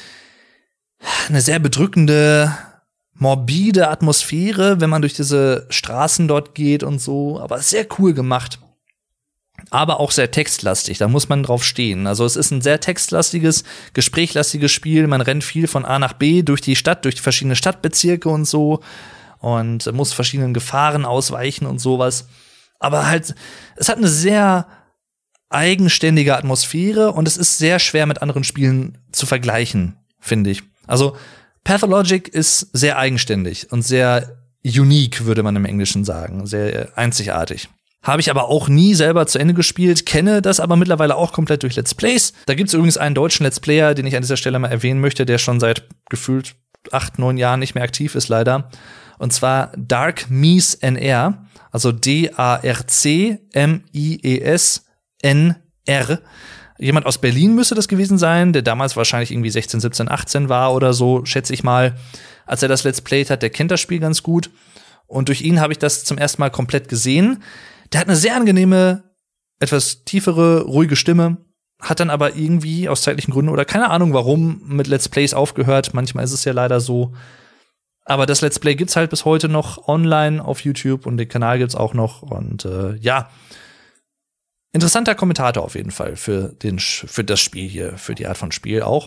eine sehr bedrückende, morbide Atmosphäre, wenn man durch diese Straßen dort geht und so. Aber sehr cool gemacht. Aber auch sehr textlastig, da muss man drauf stehen. Also es ist ein sehr textlastiges, gesprächlastiges Spiel. Man rennt viel von A nach B durch die Stadt, durch verschiedene Stadtbezirke und so. Und muss verschiedenen Gefahren ausweichen und sowas. Aber halt, es hat eine sehr eigenständige Atmosphäre und es ist sehr schwer mit anderen Spielen zu vergleichen, finde ich. Also Pathologic ist sehr eigenständig und sehr unique, würde man im Englischen sagen, sehr einzigartig. Habe ich aber auch nie selber zu Ende gespielt, kenne das aber mittlerweile auch komplett durch Let's Plays. Da gibt es übrigens einen deutschen Let's Player, den ich an dieser Stelle mal erwähnen möchte, der schon seit gefühlt acht, neun Jahren nicht mehr aktiv ist, leider. Und zwar Dark Mies N R, also D A R C M I E S N R. Jemand aus Berlin müsste das gewesen sein, der damals wahrscheinlich irgendwie sechzehn, siebzehn, achtzehn war oder so, schätze ich mal, als er das Let's Played hat. Der kennt das Spiel ganz gut. Und durch ihn habe ich das zum ersten Mal komplett gesehen. Der hat eine sehr angenehme, etwas tiefere, ruhige Stimme, hat dann aber irgendwie aus zeitlichen Gründen oder keine Ahnung warum mit Let's Plays aufgehört. Manchmal ist es ja leider so. Aber das Let's Play gibt's halt bis heute noch online auf YouTube und den Kanal gibt's auch noch. Und äh, ja, interessanter Kommentator auf jeden Fall für, den, für das Spiel hier, für die Art von Spiel auch.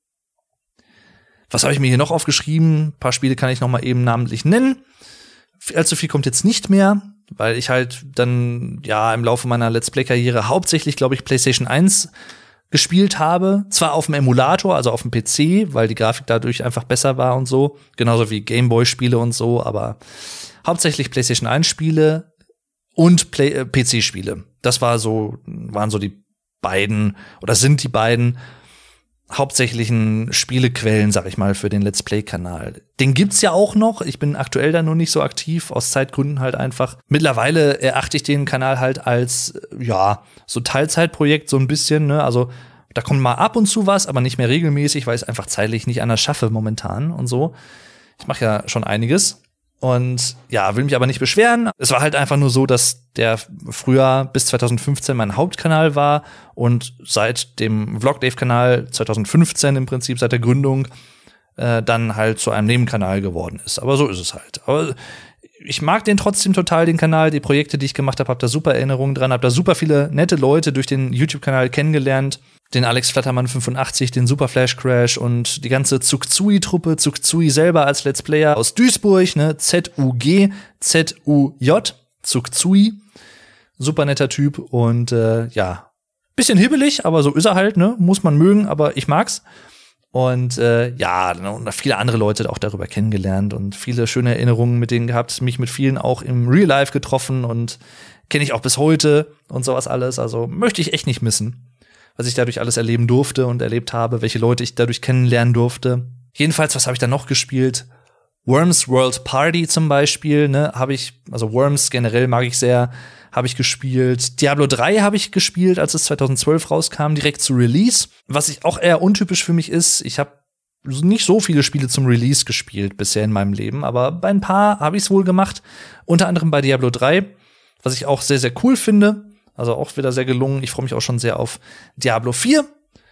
Was habe ich mir hier noch aufgeschrieben? Ein paar Spiele kann ich noch mal eben namentlich nennen. Allzu viel kommt jetzt nicht mehr, weil ich halt dann ja im Laufe meiner Let's Play-Karriere hauptsächlich, glaube ich, PlayStation eins gespielt habe. Zwar auf dem Emulator, also auf dem P C, weil die Grafik dadurch einfach besser war und so. Genauso wie Gameboy-Spiele und so, aber hauptsächlich PlayStation eins Spiele und Play- äh, P C-Spiele. Das war so, waren so die beiden oder sind die beiden hauptsächlichen Spielequellen, sag ich mal, für den Let's Play-Kanal. Den gibt's ja auch noch. Ich bin aktuell da nur nicht so aktiv, aus Zeitgründen halt einfach. Mittlerweile erachte ich den Kanal halt als, ja, so Teilzeitprojekt so ein bisschen, ne? Also da kommt mal ab und zu was, aber nicht mehr regelmäßig, weil ich es einfach zeitlich nicht anders schaffe momentan und so. Ich mache ja schon einiges. Und ja, will mich aber nicht beschweren. Es war halt einfach nur so, dass der früher bis zwanzig fünfzehn mein Hauptkanal war und seit dem Vlogdave-Kanal zwanzig fünfzehn im Prinzip, seit der Gründung, äh, dann halt zu einem Nebenkanal geworden ist. Aber so ist es halt. Aber ich mag den trotzdem total, den Kanal. Die Projekte, die ich gemacht habe, hab da super Erinnerungen dran, hab da super viele nette Leute durch den YouTube-Kanal kennengelernt. Den Alex Flattermann fünfundachtzig, den Super Flash Crash und die ganze Zugzui-Truppe, Zugzui selber als Let's Player aus Duisburg, ne, Z U G Z U J, Zugzui. Super netter Typ und äh, ja, bisschen hibbelig, aber so ist er halt, ne, muss man mögen, aber ich mag's. Und äh, ja, und viele andere Leute auch darüber kennengelernt und viele schöne Erinnerungen mit denen gehabt, mich mit vielen auch im Real Life getroffen und kenne ich auch bis heute und sowas alles, also möchte ich echt nicht missen, was ich dadurch alles erleben durfte und erlebt habe, welche Leute ich dadurch kennenlernen durfte. Jedenfalls, was habe ich da noch gespielt? Worms World Party zum Beispiel, ne, habe ich, also Worms generell mag ich sehr, habe ich gespielt. Diablo drei habe ich gespielt, als es zwanzig zwölf rauskam, direkt zu Release. Was ich auch eher untypisch für mich ist, ich habe nicht so viele Spiele zum Release gespielt bisher in meinem Leben, aber bei ein paar habe ich es wohl gemacht. Unter anderem bei Diablo drei, was ich auch sehr, sehr cool finde. Also auch wieder sehr gelungen. Ich freue mich auch schon sehr auf Diablo vier.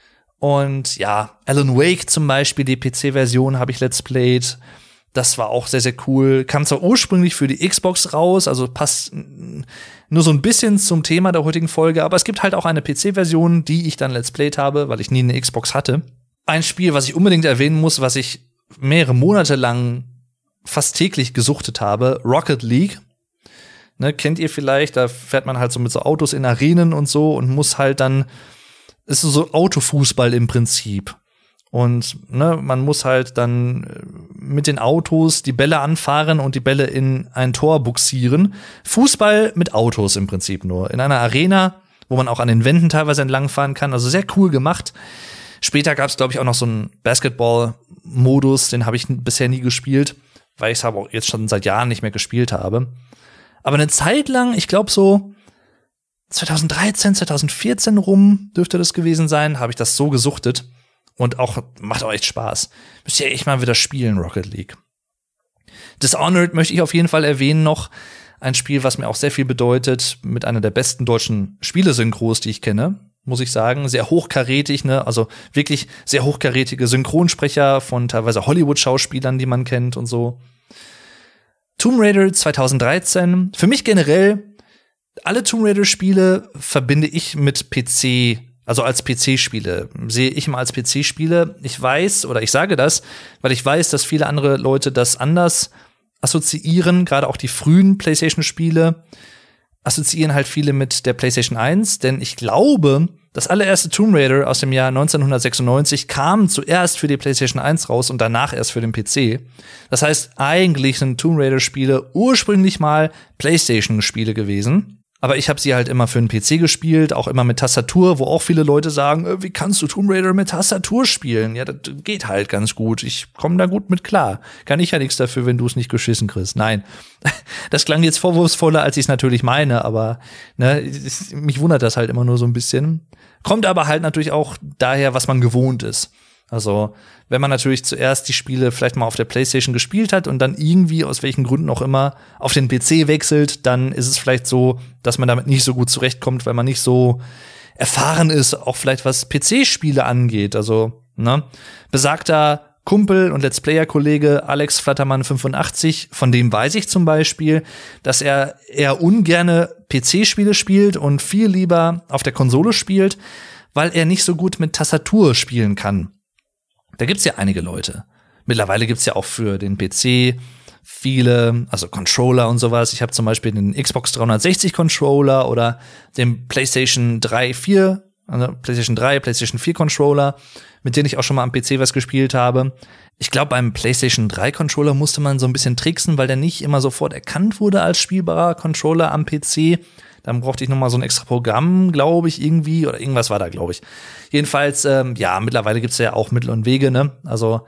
Und ja, Alan Wake zum Beispiel, die P C-Version habe ich Let's Played. Das war auch sehr, sehr cool. Kam zwar ursprünglich für die Xbox raus, also passt nur so ein bisschen zum Thema der heutigen Folge, aber es gibt halt auch eine P C-Version, die ich dann Let's Played habe, weil ich nie eine Xbox hatte. Ein Spiel, was ich unbedingt erwähnen muss, was ich mehrere Monate lang fast täglich gesuchtet habe, Rocket League. Ne, kennt ihr vielleicht, da fährt man halt so mit so Autos in Arenen und so und muss halt dann, ist so Autofußball im Prinzip. Und ne, man muss halt dann mit den Autos die Bälle anfahren und die Bälle in ein Tor buxieren. Fußball mit Autos im Prinzip nur. In einer Arena, wo man auch an den Wänden teilweise entlangfahren kann. Also sehr cool gemacht. Später gab es, glaube ich, auch noch so einen Basketball-Modus. Den habe ich bisher nie gespielt, weil ich es aber auch jetzt schon seit Jahren nicht mehr gespielt habe. Aber eine Zeit lang, ich glaube so zwanzig dreizehn, zwanzig vierzehn rum dürfte das gewesen sein, habe ich das so gesuchtet. Und auch, macht auch echt Spaß. Müsst ihr echt mal wieder spielen, Rocket League. Dishonored möchte ich auf jeden Fall erwähnen noch. Ein Spiel, was mir auch sehr viel bedeutet, mit einer der besten deutschen Spielesynchros, die ich kenne, muss ich sagen. Sehr hochkarätig, ne? Also wirklich sehr hochkarätige Synchronsprecher von teilweise Hollywood-Schauspielern, die man kennt und so. Tomb Raider zwanzig dreizehn. Für mich generell, alle Tomb Raider-Spiele verbinde ich mit P C, also als P C-Spiele, sehe ich mal als P C-Spiele. Ich weiß, oder ich sage das, weil ich weiß, dass viele andere Leute das anders assoziieren, gerade auch die frühen PlayStation-Spiele assoziieren halt viele mit der PlayStation eins, denn ich glaube, das allererste Tomb Raider aus dem Jahr neunzehnhundertsechsundneunzig kam zuerst für die PlayStation eins raus und danach erst für den P C. Das heißt, eigentlich sind Tomb Raider-Spiele ursprünglich mal PlayStation-Spiele gewesen. Aber ich habe sie halt immer für den P C gespielt, auch immer mit Tastatur, wo auch viele Leute sagen, äh, wie kannst du Tomb Raider mit Tastatur spielen? Ja, das geht halt ganz gut. Ich komme da gut mit klar. Kann ich ja nichts dafür, wenn du es nicht geschissen kriegst. Nein, das klang jetzt vorwurfsvoller, als ich es natürlich meine, aber ne, mich wundert das halt immer nur so ein bisschen. Kommt aber halt natürlich auch daher, was man gewohnt ist. Also, wenn man natürlich zuerst die Spiele vielleicht mal auf der PlayStation gespielt hat und dann irgendwie, aus welchen Gründen auch immer, auf den P C wechselt, dann ist es vielleicht so, dass man damit nicht so gut zurechtkommt, weil man nicht so erfahren ist, auch vielleicht was P C-Spiele angeht. Also, ne, besagter Kumpel und Let's Player-Kollege Alex Flattermann fünfundachtzig, von dem weiß ich zum Beispiel, dass er eher ungerne P C-Spiele spielt und viel lieber auf der Konsole spielt, weil er nicht so gut mit Tastatur spielen kann. Da gibt's ja einige Leute. Mittlerweile gibt's ja auch für den P C viele, also Controller und sowas. Ich habe zum Beispiel den Xbox dreihundertsechzig Controller oder den PlayStation drei, vier, also PlayStation drei, PlayStation vier Controller, mit denen ich auch schon mal am P C was gespielt habe. Ich glaube, beim PlayStation drei Controller musste man so ein bisschen tricksen, weil der nicht immer sofort erkannt wurde als spielbarer Controller am P C. Dann brauchte ich noch mal so ein extra Programm, glaube ich, irgendwie. Oder irgendwas war da, glaube ich. Jedenfalls, ähm, ja, mittlerweile gibt's ja auch Mittel und Wege, ne? Also,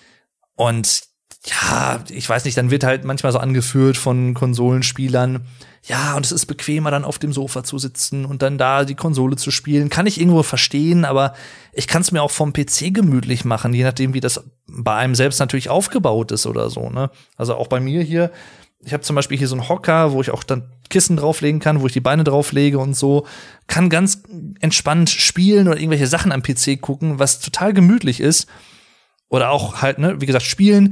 und ja, ich weiß nicht, dann wird halt manchmal so angeführt von Konsolenspielern, ja, und es ist bequemer, dann auf dem Sofa zu sitzen und dann da die Konsole zu spielen. Kann ich irgendwo verstehen, aber ich kann es mir auch vom P C gemütlich machen, je nachdem, wie das bei einem selbst natürlich aufgebaut ist oder so, ne? Also auch bei mir hier, ich habe zum Beispiel hier so einen Hocker, wo ich auch dann Kissen drauflegen kann, wo ich die Beine drauflege und so. Kann ganz entspannt spielen oder irgendwelche Sachen am P C gucken, was total gemütlich ist. Oder auch halt, ne, wie gesagt, spielen.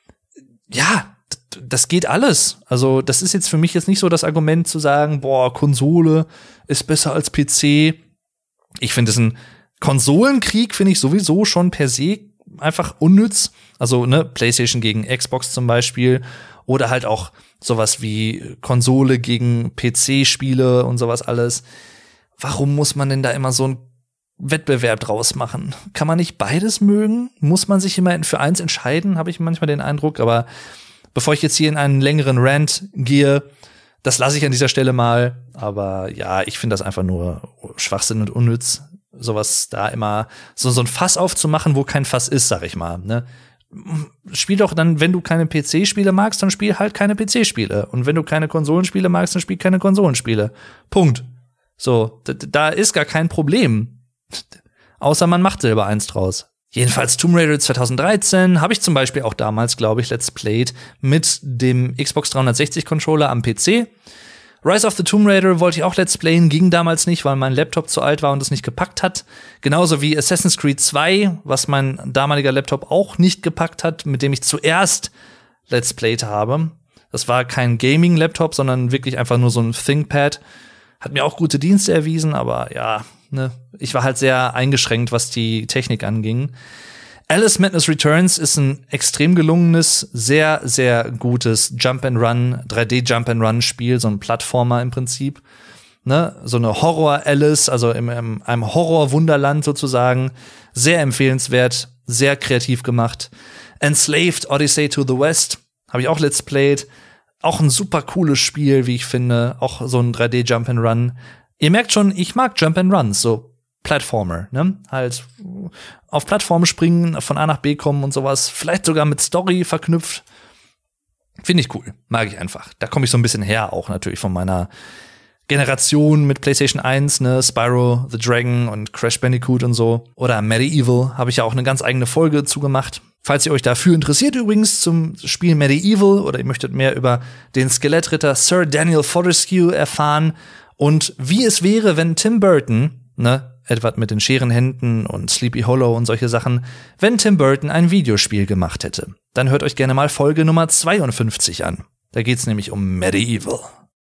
Ja, das geht alles. Also das ist jetzt für mich jetzt nicht so das Argument zu sagen, boah, Konsole ist besser als P C. Ich finde es ein Konsolenkrieg, finde ich sowieso schon per se einfach unnütz. Also, ne, PlayStation gegen Xbox zum Beispiel. Oder halt auch sowas wie Konsole gegen P C-Spiele und sowas alles. Warum muss man denn da immer so einen Wettbewerb draus machen? Kann man nicht beides mögen? Muss man sich immer für eins entscheiden, habe ich manchmal den Eindruck. Aber bevor ich jetzt hier in einen längeren Rant gehe, das lasse ich an dieser Stelle mal. Aber ja, ich finde das einfach nur Schwachsinn und unnütz, sowas da immer so, so ein Fass aufzumachen, wo kein Fass ist, sag ich mal, ne? spiel doch dann, wenn du keine P C-Spiele magst, dann spiel halt keine P C-Spiele. Und wenn du keine Konsolenspiele magst, dann spiel keine Konsolenspiele. Punkt. So, da ist gar kein Problem. Außer man macht selber eins draus. Jedenfalls Tomb Raider zwanzig dreizehn habe ich zum Beispiel auch damals, glaube ich, Let's Played mit dem Xbox dreihundertsechzig Controller am P C. Rise of the Tomb Raider wollte ich auch Let's Playen, ging damals nicht, weil mein Laptop zu alt war und es nicht gepackt hat. Genauso wie Assassin's Creed zwei, was mein damaliger Laptop auch nicht gepackt hat, mit dem ich zuerst Let's Played habe. Das war kein Gaming-Laptop, sondern wirklich einfach nur so ein ThinkPad. Hat mir auch gute Dienste erwiesen, aber ja, ne, ich war halt sehr eingeschränkt, was die Technik anging. Alice Madness Returns ist ein extrem gelungenes, sehr, sehr gutes Jump-and-Run, drei D Jump-and-Run-Spiel, so ein Plattformer im Prinzip. Ne? So eine Horror-Alice, also in einem Horror-Wunderland sozusagen. Sehr empfehlenswert, sehr kreativ gemacht. Enslaved Odyssey to the West habe ich auch Let's Played. Auch ein super cooles Spiel, wie ich finde. Auch so ein drei D Jump-and-Run. Ihr merkt schon, ich mag Jump-and-Runs, so Plattformer, ne? Halt auf Plattformen springen, von A nach B kommen und sowas. Vielleicht sogar mit Story verknüpft. Finde ich cool. Mag ich einfach. Da komme ich so ein bisschen her, auch natürlich von meiner Generation mit PlayStation eins, ne? Spyro the Dragon und Crash Bandicoot und so. Oder Medieval habe ich ja auch eine ganz eigene Folge zugemacht. Falls ihr euch dafür interessiert übrigens zum Spiel Medieval oder ihr möchtet mehr über den Skelettritter Sir Daniel Fortescue erfahren und wie es wäre, wenn Tim Burton, ne, Edward mit den Scherenhänden und Sleepy Hollow und solche Sachen, wenn Tim Burton ein Videospiel gemacht hätte. Dann hört euch gerne mal Folge Nummer zweiundfünfzig an. Da geht's nämlich um Medieval.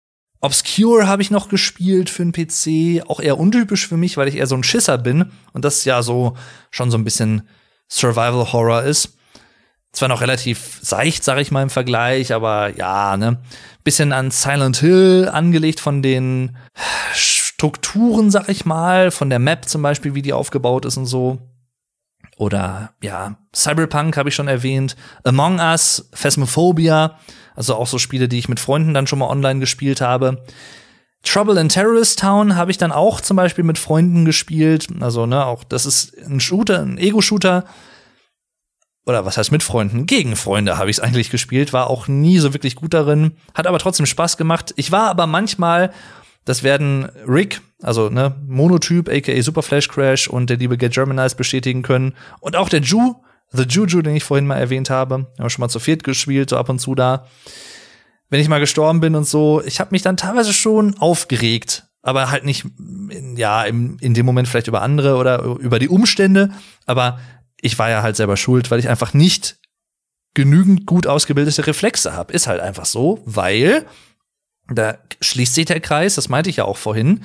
Obscure habe ich noch gespielt für den P C, auch eher untypisch für mich, weil ich eher so ein Schisser bin und das ja so schon so ein bisschen Survival Horror ist. Zwar noch relativ seicht, sag ich mal im Vergleich, aber ja, ne, bisschen an Silent Hill angelegt von den Strukturen, sag ich mal, von der Map zum Beispiel, wie die aufgebaut ist und so. Oder, ja, Cyberpunk habe ich schon erwähnt. Among Us, Phasmophobia, also auch so Spiele, die ich mit Freunden dann schon mal online gespielt habe. Trouble in Terrorist Town habe ich dann auch zum Beispiel mit Freunden gespielt. Also, ne, auch das ist ein Shooter, ein Ego-Shooter. Oder was heißt mit Freunden? Gegen Freunde habe ich es eigentlich gespielt. War auch nie so wirklich gut darin. Hat aber trotzdem Spaß gemacht. Ich war aber manchmal, das werden Rick, also ne, Monotyp, aka Super Flash Crash und der liebe Get Germanized bestätigen können. Und auch der Ju, The Juju, den ich vorhin mal erwähnt habe. Haben wir schon mal zu viert gespielt, so ab und zu da. Wenn ich mal gestorben bin und so, ich habe mich dann teilweise schon aufgeregt, aber halt nicht, in, ja, in, in dem Moment vielleicht über andere oder über die Umstände, aber ich war ja halt selber schuld, weil ich einfach nicht genügend gut ausgebildete Reflexe habe. Ist halt einfach so, weil, da schließt sich der Kreis, das meinte ich ja auch vorhin,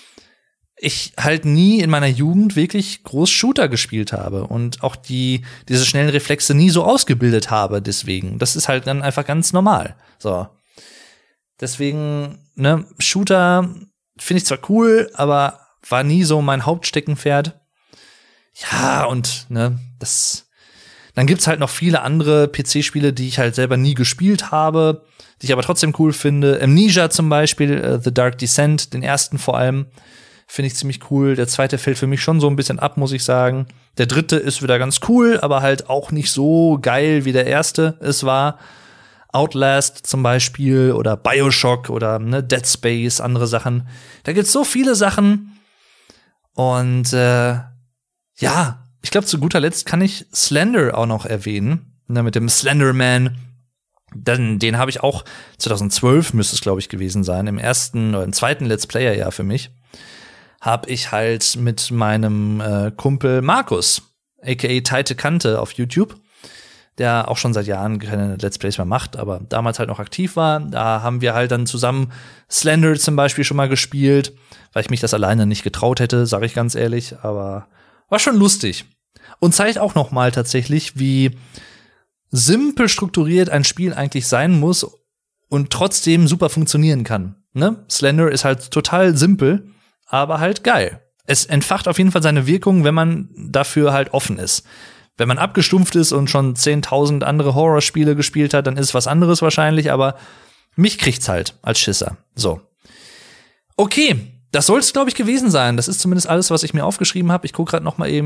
ich halt nie in meiner Jugend wirklich groß Shooter gespielt habe und auch die diese schnellen Reflexe nie so ausgebildet habe deswegen. Das ist halt dann einfach ganz normal. So. Deswegen, ne, Shooter finde ich zwar cool, aber war nie so mein Hauptsteckenpferd. Ja, und, ne, das dann gibt's halt noch viele andere P C-Spiele, die ich halt selber nie gespielt habe, die ich aber trotzdem cool finde. Amnesia zum Beispiel, uh, The Dark Descent, den ersten vor allem. Finde ich ziemlich cool. Der zweite fällt für mich schon so ein bisschen ab, muss ich sagen. Der dritte ist wieder ganz cool, aber halt auch nicht so geil, wie der erste es war. Outlast zum Beispiel oder Bioshock oder ne, Dead Space, andere Sachen. Da gibt's so viele Sachen. Und äh, ja, ich glaube, zu guter Letzt kann ich Slender auch noch erwähnen. Ne, mit dem Slenderman. Den, den habe ich auch zweitausendzwölf, müsste es, glaube ich, gewesen sein. Im ersten oder im zweiten Let's Player-Jahr für mich. Hab ich halt mit meinem äh, Kumpel Markus, aka Teite Kante auf YouTube, der auch schon seit Jahren keine Let's Plays mehr macht, aber damals halt noch aktiv war. Da haben wir halt dann zusammen Slender zum Beispiel schon mal gespielt, weil ich mich das alleine nicht getraut hätte, sage ich ganz ehrlich, aber war schon lustig. Und zeigt auch noch mal tatsächlich, wie simpel strukturiert ein Spiel eigentlich sein muss und trotzdem super funktionieren kann. Ne? Slender ist halt total simpel, aber halt geil. Es entfacht auf jeden Fall seine Wirkung, wenn man dafür halt offen ist. Wenn man abgestumpft ist und schon zehntausend andere Horrorspiele gespielt hat, dann ist es was anderes wahrscheinlich, aber mich kriegt's halt als Schisser. So. Okay, das soll's, glaube ich, gewesen sein. Das ist zumindest alles, was ich mir aufgeschrieben habe. Ich gucke gerade noch mal eben.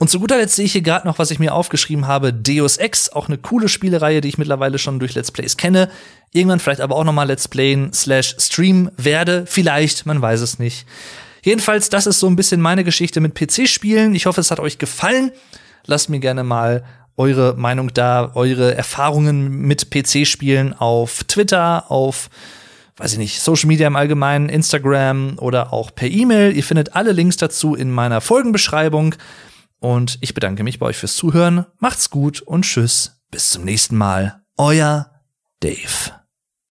Und zu guter Letzt sehe ich hier gerade noch, was ich mir aufgeschrieben habe, Deus Ex, auch eine coole Spielereihe, die ich mittlerweile schon durch Let's Plays kenne. Irgendwann vielleicht aber auch noch mal Let's Playen slash Stream werde. Vielleicht, man weiß es nicht. Jedenfalls, das ist so ein bisschen meine Geschichte mit P C-Spielen. Ich hoffe, es hat euch gefallen. Lasst mir gerne mal eure Meinung da, eure Erfahrungen mit P C-Spielen auf Twitter, auf, weiß ich nicht, Social Media im Allgemeinen, Instagram oder auch per E-Mail. Ihr findet alle Links dazu in meiner Folgenbeschreibung. Und ich bedanke mich bei euch fürs Zuhören. Macht's gut und tschüss. Bis zum nächsten Mal. Euer Dave.